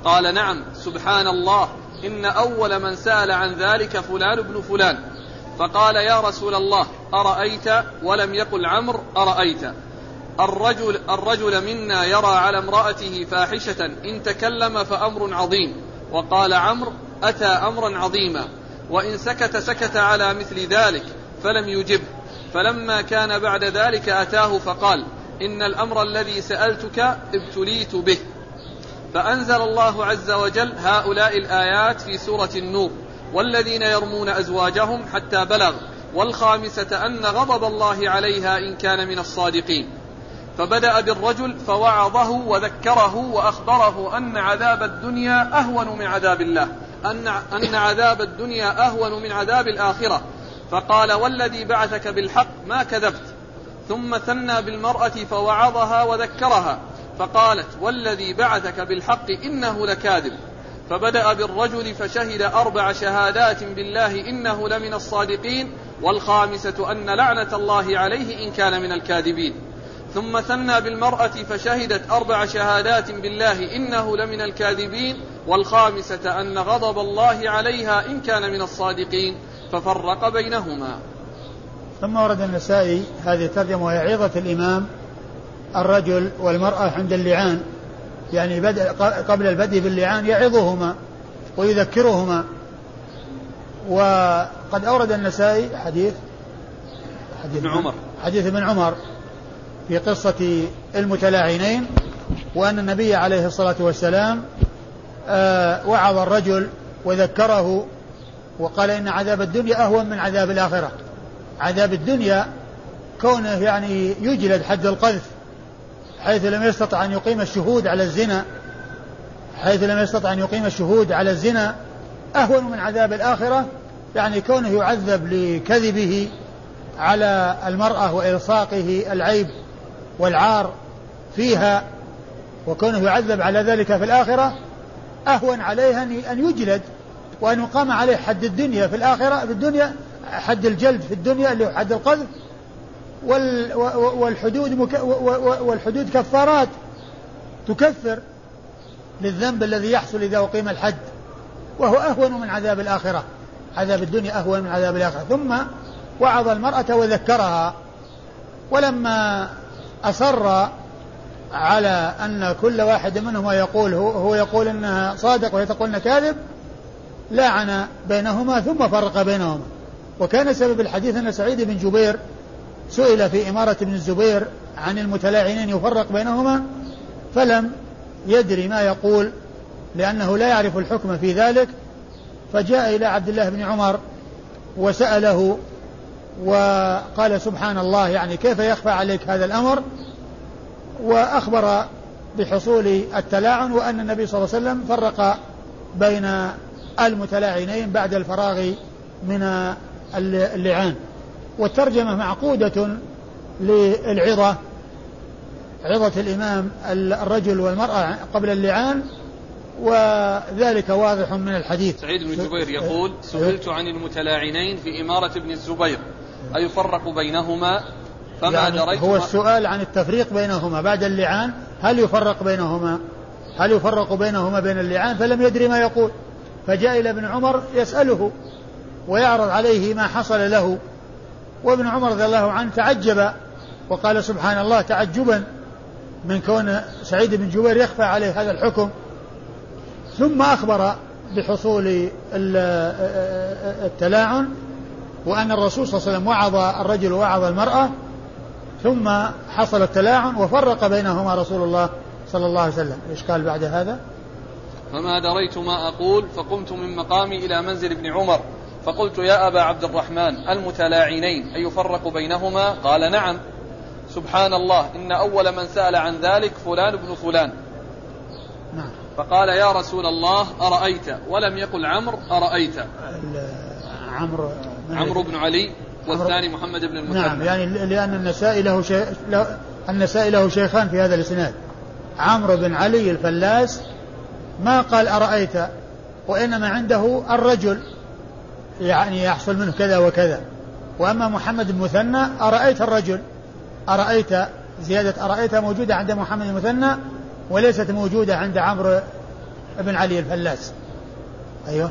قال نعم. سبحان الله إن أول من سأل عن ذلك فلان بن فلان. فقال يا رسول الله أرأيت؟ ولم يقل عمرو أرأيت. الرجل, الرجل منا يرى على امرأته فاحشة إن تكلم فأمر عظيم. وقال عمرو أتى أمرا عظيما، وإن سكت سكت على مثل ذلك فلم يجبه. فلما كان بعد ذلك أتاه فقال إن الأمر الذي سألتك ابتليت به. فأنزل الله عز وجل هؤلاء الآيات في سورة النور: والذين يرمون أزواجهم حتى بلغ، والخامسة أن غضب الله عليها إن كان من الصادقين. فبدأ بالرجل فوعظه وذكره وأخبره أن عذاب الدنيا أهون من عذاب الله، أن, أن عذاب الدنيا أهون من عذاب الآخرة. فقال والذي بعثك بالحق ما كذبت. ثم ثنى بالمرأة فوعظها وذكرها فقالت والذي بعثك بالحق إنه لكاذب. فبدأ بالرجل فشهد أربع شهادات بالله إنه لمن الصادقين، والخامسة أن لعنة الله عليه إن كان من الكاذبين. ثم ثنى بالمرأة فشهدت أربع شهادات بالله إنه لمن الكاذبين، والخامسة أن غضب الله عليها إن كان من الصادقين، ففرق بينهما. ثم ورد النسائي هذه الترجمة وهي عظة الإمام الرجل والمرأة عند اللعان، يعني بدأ قبل البدء باللعان يعظهما ويذكرهما. وقد أورد النسائي حديث حديث ابن عمر حديث ابن عمر في قصة المتلاعنين، وأن النبي عليه الصلاة والسلام آه وعظ الرجل وذكره وقال إن عذاب الدنيا أهون من عذاب الآخرة. عذاب الدنيا كونه يعني يجلد حد القذف حيث لم يستطع أن يقيم الشهود على الزنا حيث لم يستطع أن يقيم الشهود على الزنا أهون من عذاب الآخرة، يعني كونه يعذب لكذبه على المرأة وإلصاقه العيب والعار فيها، وكونه يعذب على ذلك في الآخرة أهون عليه أن يجلد وأن يقام عليه حد الدنيا في الآخرة، في الدنيا حد الجلد في الدنيا اللي هو حد القذف، والحدود مك... والحدود كفارات تكفر للذنب الذي يحصل إذا أقيم الحد، وهو أهون من عذاب الآخرة. عذاب الدنيا أهون من عذاب الآخرة. ثم وعظ المرأة وذكرها، ولما أصر على أن كل واحد منهما يقول هو, هو يقول إنها صادق وهي تقول إنها كاذب لعن بينهما ثم فرق بينهما. وكان سبب الحديث أن سعيد بن جبير سئل في إمارة ابن الزبير عن المتلاعنين يفرق بينهما فلم يدري ما يقول لأنه لا يعرف الحكم في ذلك، فجاء إلى عبد الله بن عمر وسأله وقال سبحان الله، يعني كيف يخفى عليك هذا الأمر؟ وأخبر بحصول التلاعن وأن النبي صلى الله عليه وسلم فرق بين المتلاعنين بعد الفراغ من اللعان. والترجمة معقودة للعظة، عظة الإمام الرجل والمرأة قبل اللعان، وذلك واضح من الحديث. سعيد بن جبير يقول سئلت عن المتلاعنين في إمارة ابن الزبير أيفرق بينهما فما يعني دريت. هو السؤال عن التفريق بينهما بعد اللعان، هل يفرق بينهما هل يفرق بينهما بين اللعان؟ فلم يدري ما يقول، فجاء إلى ابن عمر يسأله ويعرض عليه ما حصل له، وابن عمر رضي الله عنه تعجب وقال سبحان الله تعجبا من كون سعيد بن جبير يخفى عليه هذا الحكم. ثم أخبر بحصول التلاعن وأن الرسول صلى الله عليه وسلم وعظ الرجل ووعظ المرأة، ثم حصل التلاعن وفرق بينهما رسول الله صلى الله عليه وسلم. إيش قال بعد هذا؟ فما دريت ما أقول فقمت من مقامي إلى منزل ابن عمر فقلت يا أبا عبد الرحمن المتلاعنين أيفرق بينهما؟ قال نعم. سبحان الله إن أول من سأل عن ذلك فلان بن فلان. نعم. فقال يا رسول الله أرأيت؟ ولم يقل عمرو أرأيت. عمرو عمرو بن علي والثاني محمد بن المثنى. نعم، يعني لأن النسائي له شيخ النسائي له شيخان في هذا الإسناد، عمرو بن علي الفلاس ما قال أرأيت، وإنما عنده الرجل يعني يحصل منه كذا وكذا. وأما محمد المثنى أرأيت الرجل، أرأيت زيادة أرأيت موجودة عند محمد المثنى وليست موجودة عند عمرو بن علي الفلاس. أيوه.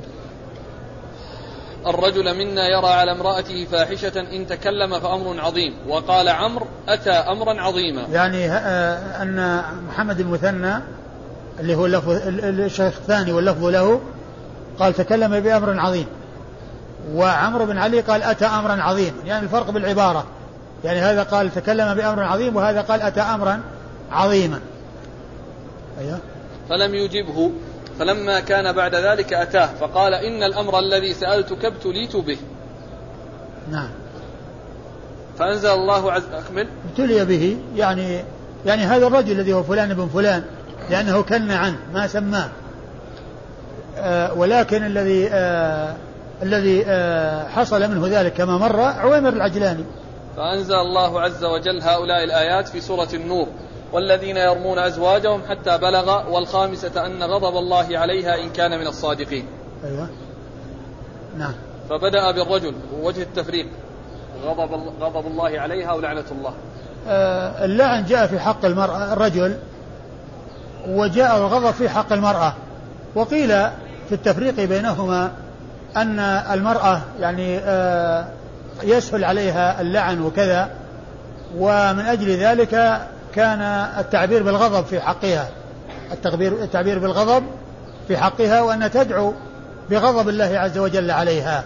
الرجل منا يرى على امرأته فاحشة إن تكلم فأمر عظيم، وقال عمرو أتى أمرا عظيما. يعني أن محمد المثنى اللي هو اللفظ الشيخ الثاني واللفظ له قال تكلم بأمر عظيم، وعمرو بن علي قال أتى أمرا عظيما، يعني الفرق بالعبارة، يعني هذا قال تكلم بأمر عظيم وهذا قال أتى أمرا عظيما. أيوه. فلم يجبه، فلما كان بعد ذلك أتاه فقال إن الأمر الذي سألتك ابتليت به. نعم. فأنزل الله عز أكمل ابتلي به، يعني يعني هذا الرجل الذي هو فلان بن فلان لأنه كن عنه ما سماه، آه ولكن الذي آه الذي آه حصل منه ذلك كما مر عويمر العجلاني. فأنزل الله عز وجل هؤلاء الآيات في سورة النور: والذين يرمون أزواجهم حتى بلغ والخامسة أن غضب الله عليها إن كان من الصادقين. أيوة. نعم. فبدأ بالرجل ووجه التفريق غضب, غضب الله عليها ولعنة الله. آه اللعن جاء في حق المرأة الرجل، وجاء الغضب في حق المرأة، وقيل في التفريق بينهما أن المرأة يعني آه يسهل عليها اللعن وكذا، ومن أجل ذلك كان التعبير بالغضب في حقها، التعبير, التعبير بالغضب في حقها، وأن تدعو بغضب الله عز وجل عليها.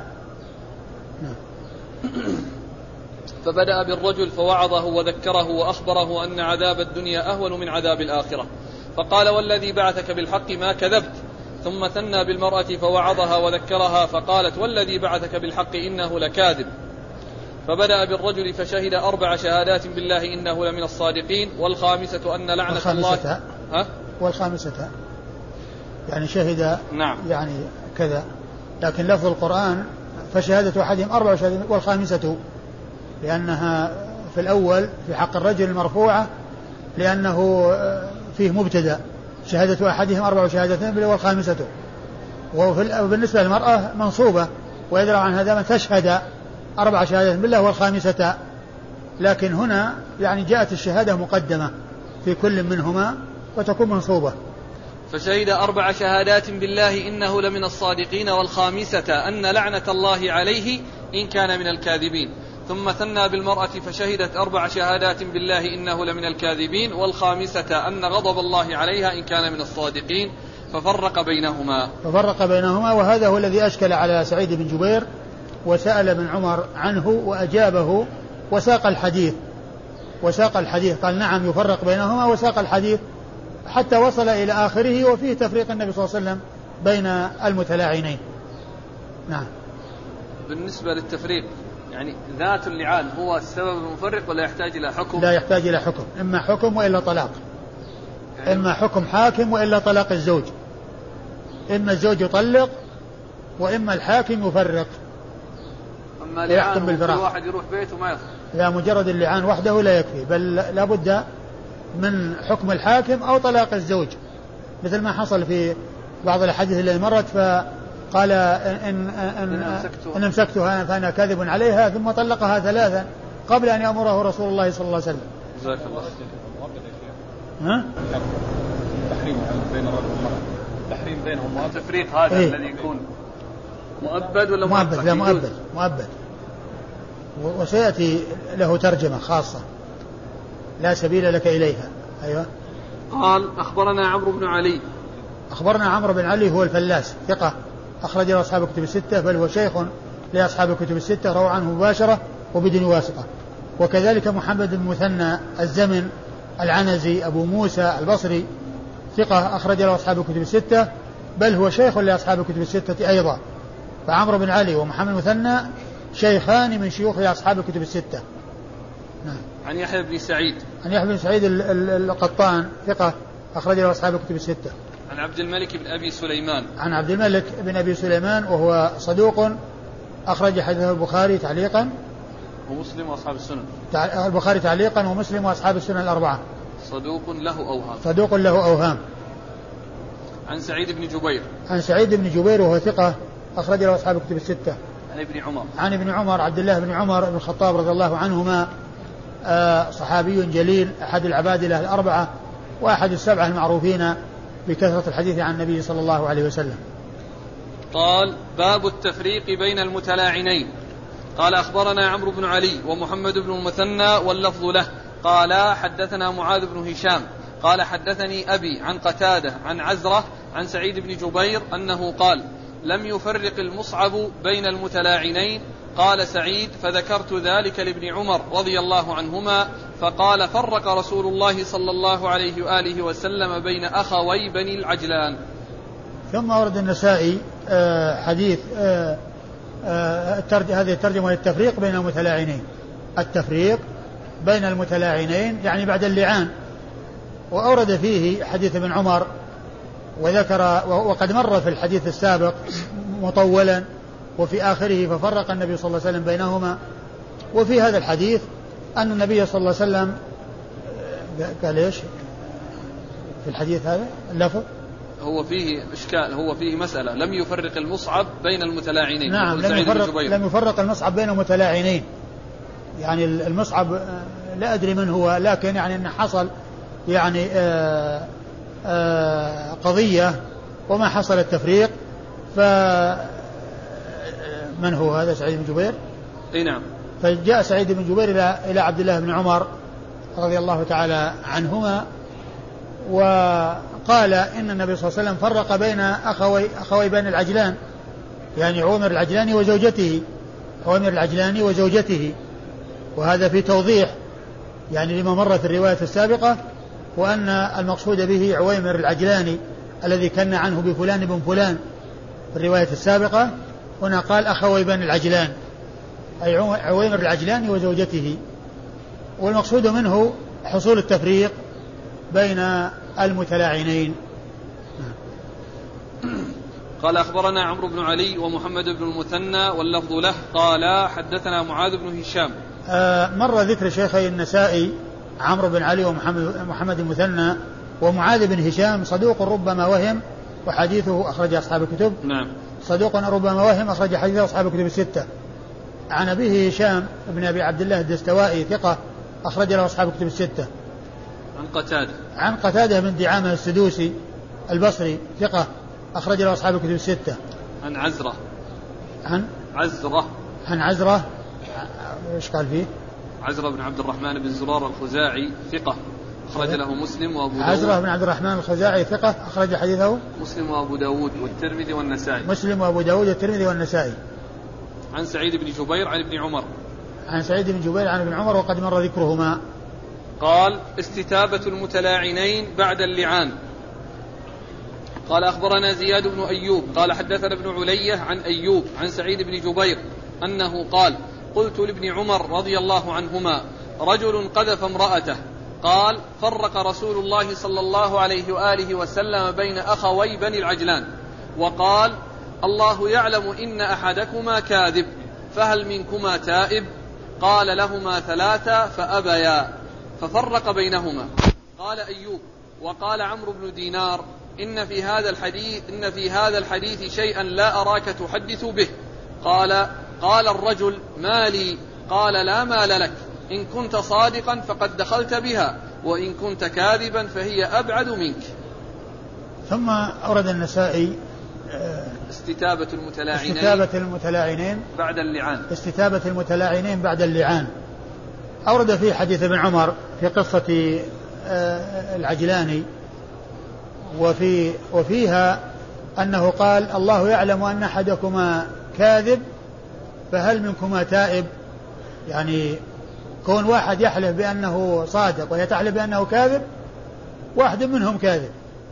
فبدأ بالرجل فوعظه وذكره وأخبره أن عذاب الدنيا أهون من عذاب الآخرة، فقال والذي بعثك بالحق ما كذبت. ثم ثنى بالمرأة فوعظها وذكرها فقالت والذي بعثك بالحق إنه لكاذب. فبدأ بالرجل فشهد أربع شهادات بالله إنه لمن الصادقين، والخامسة أن لعنة والخامسة الله ها؟ والخامسة يعني شهد. نعم. يعني كذا، لكن لفظ القرآن فشهادة أحدهم أربع شهادات، والخامسة لأنها في الأول في حق الرجل المرفوعة لأنه فيه مبتدأ شهادة أحدهم أربع شهادات بالله والخامسة، وبالنسبة للمرأة منصوبة ويدرى عن هذا من تشهد أربع شهادات بالله والخامسة، لكن هنا يعني جاءت الشهادة مقدمة في كل منهما وتكون منصوبة. فشهد أربع شهادات بالله إنه لمن الصادقين، والخامسة أن لعنة الله عليه إن كان من الكاذبين. ثم ثنى بالمرأة فشهدت أربع شهادات بالله إنه لمن الكاذبين، والخامسة أن غضب الله عليها إن كان من الصادقين، ففرق بينهما ففرق بينهما وهذا هو الذي أشكل على سعيد بن جبير، وسأل ابن عمر عنه وأجابه وساق الحديث وساق الحديث قال نعم يفرق بينهما، وساق الحديث حتى وصل إلى آخره وفيه تفريق النبي صلى الله عليه وسلم بين المتلاعنين. نعم. بالنسبة للتفريق يعني ذات اللعان هو السبب المفرق ولا يحتاج إلى حكم؟ لا يحتاج إلى حكم، إما حكم وإلا طلاق، يعني إما حكم حاكم وإلا طلاق الزوج، إما الزوج يطلق وإما الحاكم يفرق. أما لعان كل واحد يروح بيته ما يخفى، لا مجرد اللعان وحده لا يكفي، بل لا بد من حكم الحاكم أو طلاق الزوج، مثل ما حصل في بعض الأحاديث التي مرت فقال إن, إن, إن أمسكتها فأنا كاذب عليها، ثم طلقها ثلاثا قبل أن يأمره رسول الله صلى الله عليه وسلم. جزاك الله. ها؟ تحريم بين الرجل والمرأة، تحريم بينهم. التفريق هذا إيه؟ الذي يكون مؤبد ولا مؤبد؟ لا مؤبد مؤبد، وسيأتي له ترجمة خاصة لا سبيل لك إليها. أيوة. قال أخبرنا عمرو بن علي. أخبرنا عمرو بن علي هو الفلاس ثقة أخرج له أصحاب الكتب الستة، بل هو شيخ لأصحاب الكتب الستة روى عنه مباشرة وبدون واسطة. وكذلك محمد بن مثنى الزمن العنزي أبو موسى البصري ثقة أخرج له أصحاب الكتب الستة، بل هو شيخ لأصحاب الكتب الستة أيضا. فعمرو بن علي ومحمد مثنى شيخان من شيوخ أصحاب الكتب الستة. نعم. عن يحيى بن سعيد. عن يحيى بن سعيد القطان ثقة أخرج له أصحاب الكتب الستة. عن عبد الملك بن أبي سليمان. عن عبد الملك بن أبي سليمان وهو صدوق أخرج حديثه البخاري تعليقا ومسلم وأصحاب السنن. البخاري تعليقا ومسلم وأصحاب السنن الأربعة. صدوق له أوهام. صدوق له أوهام. عن سعيد بن جبير. عن سعيد بن جبير وهو ثقة أخرج له أصحاب الكتب الستة. عن ابن عمر. عن ابن عمر عبد الله بن عمر بن الخطاب رضي الله عنهما، صحابي جليل أحد العبادلة الأربعة وأحد السبعة المعروفين بكثرة الحديث عن النبي صلى الله عليه وسلم. قال باب التفريق بين المتلاعنين. قال أخبرنا عمرو بن علي ومحمد بن المثنى واللفظ له قال حدثنا معاذ بن هشام قال حدثني أبي عن قتادة عن عزرة عن سعيد بن جبير أنه قال لم يفرق المصعب بين المتلاعنين. قال سعيد فذكرت ذلك لابن عمر رضي الله عنهما فقال فرق رسول الله صلى الله عليه وآله وسلم بين أخوي بني العجلان. ثم ورد النسائي حديث هذه الترجمة للتفريق بين المتلاعنين، التفريق بين المتلاعنين يعني بعد اللعان، وأورد فيه حديث ابن عمر وذكر وقد مر في الحديث السابق مطولا وفي آخره ففرق النبي صلى الله عليه وسلم بينهما. وفي هذا الحديث أن النبي صلى الله عليه وسلم قال إيش في الحديث هذا اللفظ؟ هو فيه إشكال، هو فيه مسألة لم يفرق المصعب بين المتلاعنين. نعم لم يفرق, لم يفرق المصعب بين المتلاعنين، يعني المصعب لا أدري من هو، لكن يعني أن حصل يعني آآ آآ قضية وما حصل التفريق. فمن هو هذا؟ سعيد بن جبير. اي نعم. فجاء سعيد بن جبير إلى إلى عبد الله بن عمر رضي الله تعالى عنهما وقال إن النبي صلى الله عليه وسلم فرق بين أخوي أخوي بين العجلان، يعني عومر العجلاني وزوجته، عومر العجلاني وزوجته، وهذا في توضيح يعني لما مر في الرواية السابقة، وأن المقصود به عويمر العجلاني الذي كان عنه بفلان بن فلان في الرواية السابقة، هنا قال أخوي بن العجلان أي عويمر العجلاني وزوجته، والمقصود منه حصول التفريق بين المتلاعنين. قال أخبرنا عمرو بن علي ومحمد بن المثنى واللفظ له قال حدثنا معاذ بن هشام. آه مر ذكر شيخي النسائي عمرو بن علي ومحمد المثنى ومعاذ بن هشام صدوق ربما وهم وحديثه أخرج أصحاب الكتب. نعم. صدوق ربما وهم أخرج حديثه أصحاب الكتب الستة. عن أبيه هشام بن أبي عبد الله الدستوائي ثقة أخرج له أصحاب الكتب الستة. عن قتادة عن قتادة بن دعامة السدوسي البصري ثقة أخرج له أصحاب الكتب الستة. عن عزرة عن عزرة عن عزرة إيش قال فيه؟ عزرة بن عبد الرحمن بن زرار الخزاعي ثقة أخرج له مسلم وأبو داود. عزرة بن عبد الرحمن الخزاعي ثقة أخرج حديثه مسلم وأبو داود والترمذي والنسائي. مسلم وأبو داود والترمذي والنسائي. عن سعيد بن جبير عن ابن عمر. عن سعيد بن جبير عن ابن عمر وقد مر ذكرهما. قال استتابة المتلاعنين بعد اللعان. قال أخبرنا زياد بن أيوب قال حدثنا ابن علية عن أيوب عن سعيد بن جبير أنه قال قلت لابن عمر رضي الله عنهما رجل قذف امرأته قال فرق رسول الله صلى الله عليه وآله وسلم بين أخوي بني العجلان وقال الله يعلم إن أحدكما كاذب فهل منكما تائب؟ قال لهما ثلاثة فأبيا ففرق بينهما. قال أيوب وقال عمرو بن دينار إن في هذا الحديث إن في هذا الحديث شيئا لا أراك تحدث به. قال قال الرجل ما لي؟ قال لا مال لك، إن كنت صادقا فقد دخلت بها وإن كنت كاذبا فهي أبعد منك. ثم أورد النسائي استتابة المتلاعنين استتابة المتلاعنين بعد اللعان استتابة المتلاعنين بعد اللعان. أورد في حديث ابن عمر في قصة العجلاني وفي وفيها أنه قال الله يعلم أن أحدكما كاذب فهل منكما تائب، يعني كون واحد يحلف بأنه صادق وهي تحلف بأنه كاذب، واحد منهم كاذب،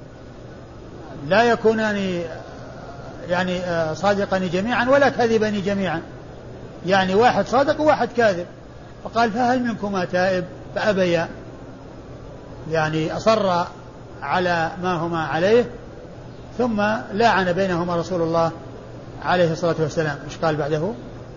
لا يكونان يعني صادقان جميعا ولا كاذبان جميعا، يعني واحد صادق وواحد كاذب. فقال فهل منكما تائب؟ فأبيا، يعني أصر على ما هما عليه. ثم لاعن بينهما رسول الله عليه الصلاة والسلام. إيش قال بعده؟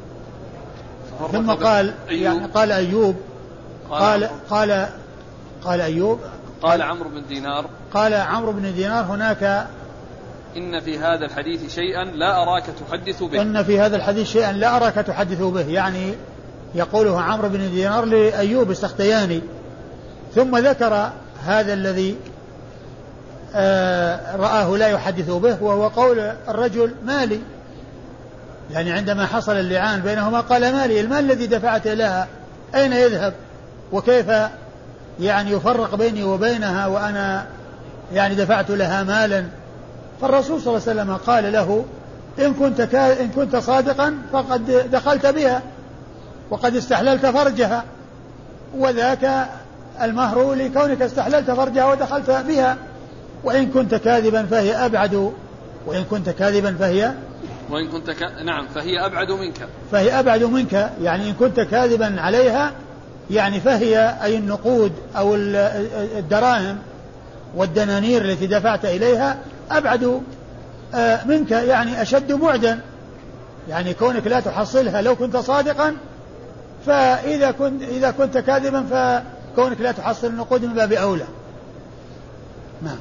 ثم قال يعني قال أيوب قال قال قال أيوب قال عمرو بن دينار قال عمرو بن دينار هناك إن في هذا الحديث شيئا لا أراك تحدث به إن في هذا الحديث شيئا لا أراك تحدث به، يعني يقوله عمرو بن دينار لأيوب السختياني. ثم ذكر هذا الذي رآه لا يحدث به، وهو قول الرجل مالي، يعني عندما حصل اللعان بينهما قال مالي، المال الذي دفعت لها أين يذهب، وكيف يعني يفرق بيني وبينها وأنا يعني دفعت لها مالا. فالرسول صلى الله عليه وسلم قال له إن كنت, كا إن كنت صادقا فقد دخلت بها وقد استحللت فرجها، وذاك المهر لكونك استحللت فرجها ودخلت بها، وإن كنت كاذبا فهي أبعد وإن كنت كاذبا فهي وإن كنت ك... نعم فهي أبعد منك فهي أبعد منك يعني إن كنت كاذبا عليها يعني فهي أي النقود أو الدراهم والدنانير التي دفعت إليها أبعد منك، يعني أشد بعدا، يعني كونك لا تحصلها لو كنت صادقا، فإذا كنت, إذا كنت كاذبا فكونك لا تحصل النقود من باب أولى. نعم.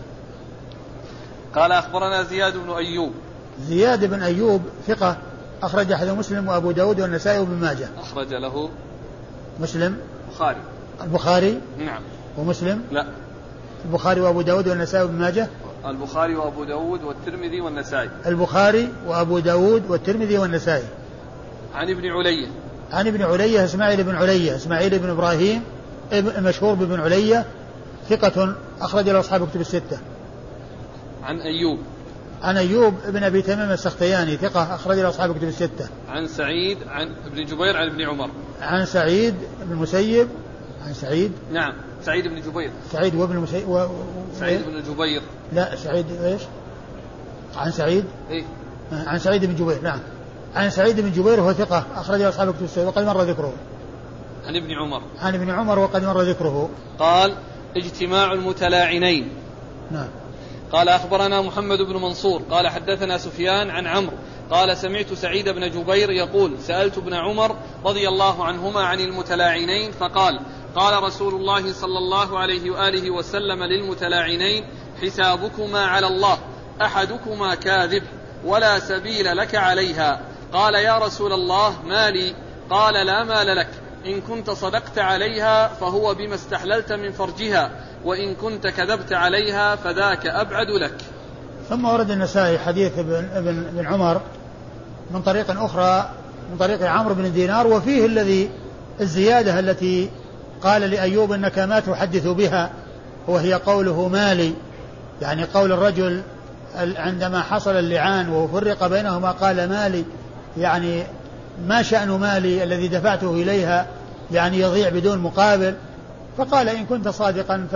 قال أخبرنا زياد بن أيوب. زياد بن أيوب ثقة أخرج حديث مسلم وأبو داود والنسائي وابن ماجه. أخرج له مسلم البخاري. البخاري نعم. ومسلم لا البخاري وأبو داود والنسائي وابن ماجه. البخاري وأبو داود والترمذي والنسائي. البخاري وأبو داود والترمذي والنسائي. عن ابن علية. عن ابن علية إسماعيل بن علية إسماعيل بن إبراهيم المشهور بابن علية ثقة أخرج له أصحاب كتب الستة. عن أيوب. عن أيوب بن أبي تميم السختياني ثقة أخرج له أصحاب كتب الستة. عن سعيد عن ابن جبير عن ابن عمر. عن سعيد بن المسيب عن سعيد نعم سعيد بن جبير. سعيد وابن المسيب و... سعيد بن جبير. لا سعيد إيش عن سعيد إيه؟ عن سعيد بن جبير. نعم عن سعيد بن جبير وهو ثقة أخرج له أصحاب كتب الستة وقد مر ذكره. عن ابن عمر. عن ابن عمر وقد مر ذكره. قال اجتماع المتلاعنين. نعم. قال أخبرنا محمد بن منصور قال حدثنا سفيان عن عمرو قال سمعت سعيد بن جبير يقول سألت ابن عمر رضي الله عنهما عن المتلاعنين فقال قال رسول الله صلى الله عليه وآله وسلم للمتلاعنين حسابكما على الله أحدكما كاذب ولا سبيل لك عليها. قال يا رسول الله مالي؟ قال لا مال لك، إن كنت صدقت عليها فهو بما استحللت من فرجها، وإن كنت كذبت عليها فذاك أبعد لك. ثم ورد النسائي حديث ابن, ابن, ابن عمر من طريق أخرى من طريق عمرو بن دينار، وفيه الذي الزيادة التي قال لأيوب إنك ما تحدث بها، وهي قوله مالي، يعني قول الرجل عندما حصل اللعان وفرق بينهما قال مالي، يعني ما شأن مالي الذي دفعته إليها، يعني يضيع بدون مقابل. فقال إن كنت صادقا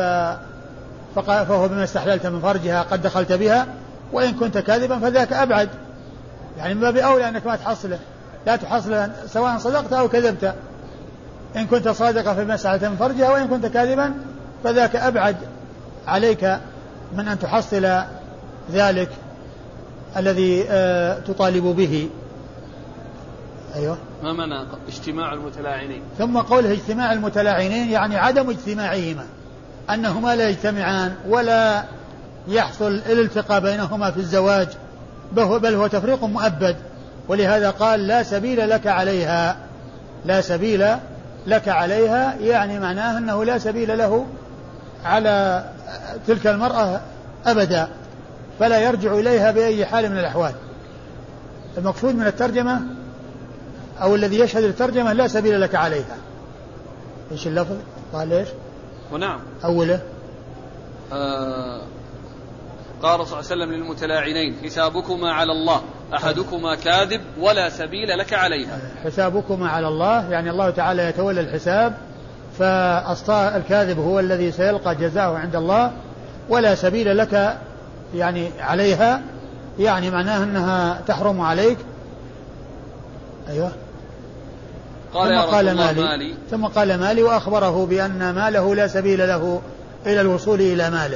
فهو بما استحللت من فرجها قد دخلت بها، وإن كنت كاذبا فذاك أبعد، يعني ما بأولى أنك ما تحصله، لا تحصله سواء صدقت أو كذبت. إن كنت صادقا فبما استحللت من فرجها، وإن كنت كاذبا فذاك أبعد عليك من أن تحصل ذلك الذي آه تطالب به. أيوة. ما معنى اجتماع المتلاعنين؟ ثم قوله اجتماع المتلاعنين يعني عدم اجتماعهما، أنهما لا يجتمعان ولا يحصل الالتقاء بينهما في الزواج، بل هو تفريق مؤبد. ولهذا قال لا سبيل لك عليها، لا سبيل لك عليها، يعني معناه أنه لا سبيل له على تلك المرأة أبدا، فلا يرجع إليها بأي حال من الأحوال. المقصود من الترجمة أو الذي يشهد الترجمة لا سبيل لك عليها. إيش اللفظ؟ قال ليش؟ ونعم أوله آه قال صلى الله عليه وسلم للمتلاعنين حسابكما على الله أحدكما كاذب ولا سبيل لك عليها. حسابكما على الله يعني الله تعالى يتولى الحساب، فالكاذب هو الذي سيلقى جزاءه عند الله، ولا سبيل لك يعني عليها، يعني معناه أنها تحرم عليك. أيوة. قال ثم يا قال مالي. مالي ثم قال مالي وأخبره بأن ماله لا سبيل له إلى الوصول إلى ماله.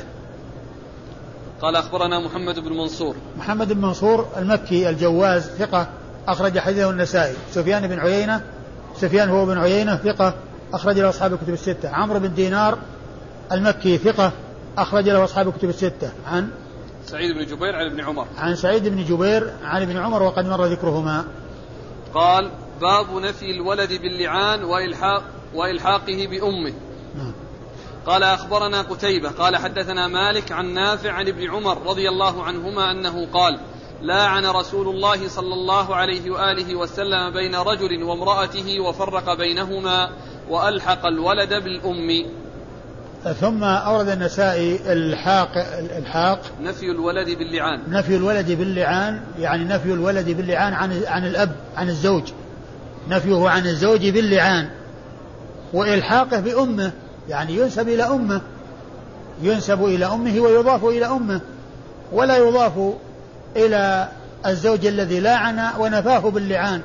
قال أخبرنا محمد بن منصور. محمد بن منصور المكي الجواز ثقة أخرج حديثه النسائي. سفيان بن عيينة سفيان هو بن عيينة ثقة أخرج له أصحاب الكتب الستة. عمرو بن دينار المكي ثقة أخرج له أصحاب الكتب الستة. عن سعيد بن جبير عن ابن عمر. عن سعيد بن جبير عن ابن عمر وقد مر ذكرهما. قال باب نفي الولد باللعان وإلحاق وإلحاقه بأمه. قال أخبرنا قتيبة قال حدثنا مالك عن نافع عن ابن عمر رضي الله عنهما أنه قال لاعن رسول الله صلى الله عليه وآله وسلم بين رجل وامرأته وفرق بينهما وألحق الولد بالأم. ثم أورد النسائي الحاق الحاق نفي الولد باللعان نفي الولد باللعان يعني نفي الولد باللعان عن عن الأب عن الزوج، نفيه عن الزوج باللعان، وإلحاقه بأمه يعني ينسب إلى أمه ينسب إلى أمه ويضاف إلى أمه ولا يضاف إلى الزوج الذي لاعن ونفاه باللعان.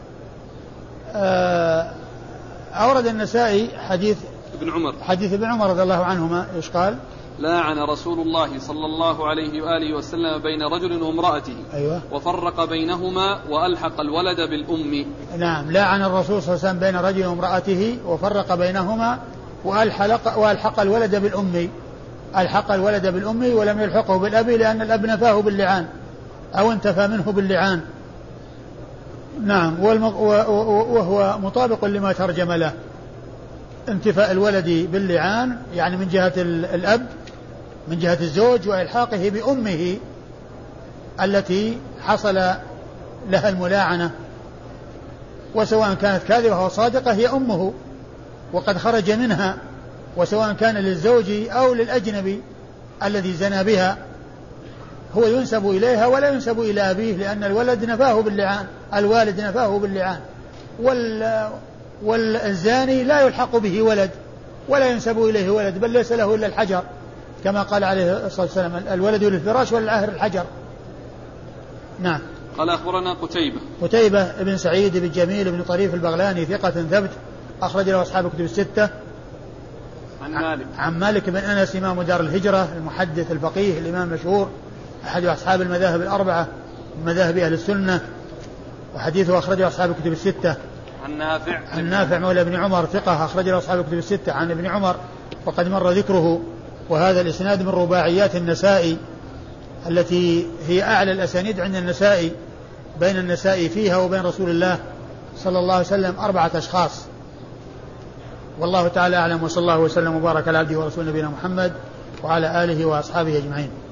أورد النسائي حديث ابن عمر حديث ابن عمر رضي الله عنهما إيش قال؟ لاعن رسول الله صلى الله عليه وآله وسلم بين رجل وامرأته أيوة. وفرق بينهما وألحق الولد بالأم. نعم، لاعن الرسول صلى الله عليه وسلم بين رجل وامرأته وفرق بينهما وألحق, وألحق الولد بالأم، ألحق الولد بالأم ولم يلحقه بالأب لأن الأب نفاه باللعان أو انتفى منه باللعان. نعم، وهو مطابق لما ترجم له، انتفاء الولد باللعان يعني من جهة الأب من جهة الزوج وإلحاقه بأمه التي حصل لها الملاعنة، وسواء كانت كاذبة أو صادقة هي أمه وقد خرج منها، وسواء كان للزوج أو للأجنبي الذي زنى بها هو ينسب إليها ولا ينسب إلى أبيه لأن الولد نفاه باللعان الوالد نفاه باللعان، وال والزاني لا يلحق به ولد ولا ينسب إليه ولد بل ليس له إلا الحجر كما قال عليه الصلاة والسلام الولد للفراش والعاهر الحجر. نعم. قال أخبرنا قتيبة قتيبة ابن سعيد بن جميل بن طريف البغلاني ثقة ثبت أخرج له أصحاب كتب الستة. عن مالك عن مالك بن أنس إمام دار الهجرة المحدث الفقيه الإمام المشهور أحد أصحاب المذاهب الأربعة من مذاهب أهل السنة، وحديثه أخرجه أصحاب الكتب الستة. عن نافع عن نافع مولى ابن عمر ثقة أخرجه أصحاب الكتب الستة عن ابن عمر وقد مر ذكره. وهذا الإسناد من رباعيات النسائي التي هي أعلى الأسانيد عند النسائي، بين النسائي فيها وبين رسول الله صلى الله عليه وسلم أربعة أشخاص. والله تعالى أعلم، وصلى الله وسلم وبارك على عبده ورسوله نبينا محمد وعلى آله وأصحابه أجمعين.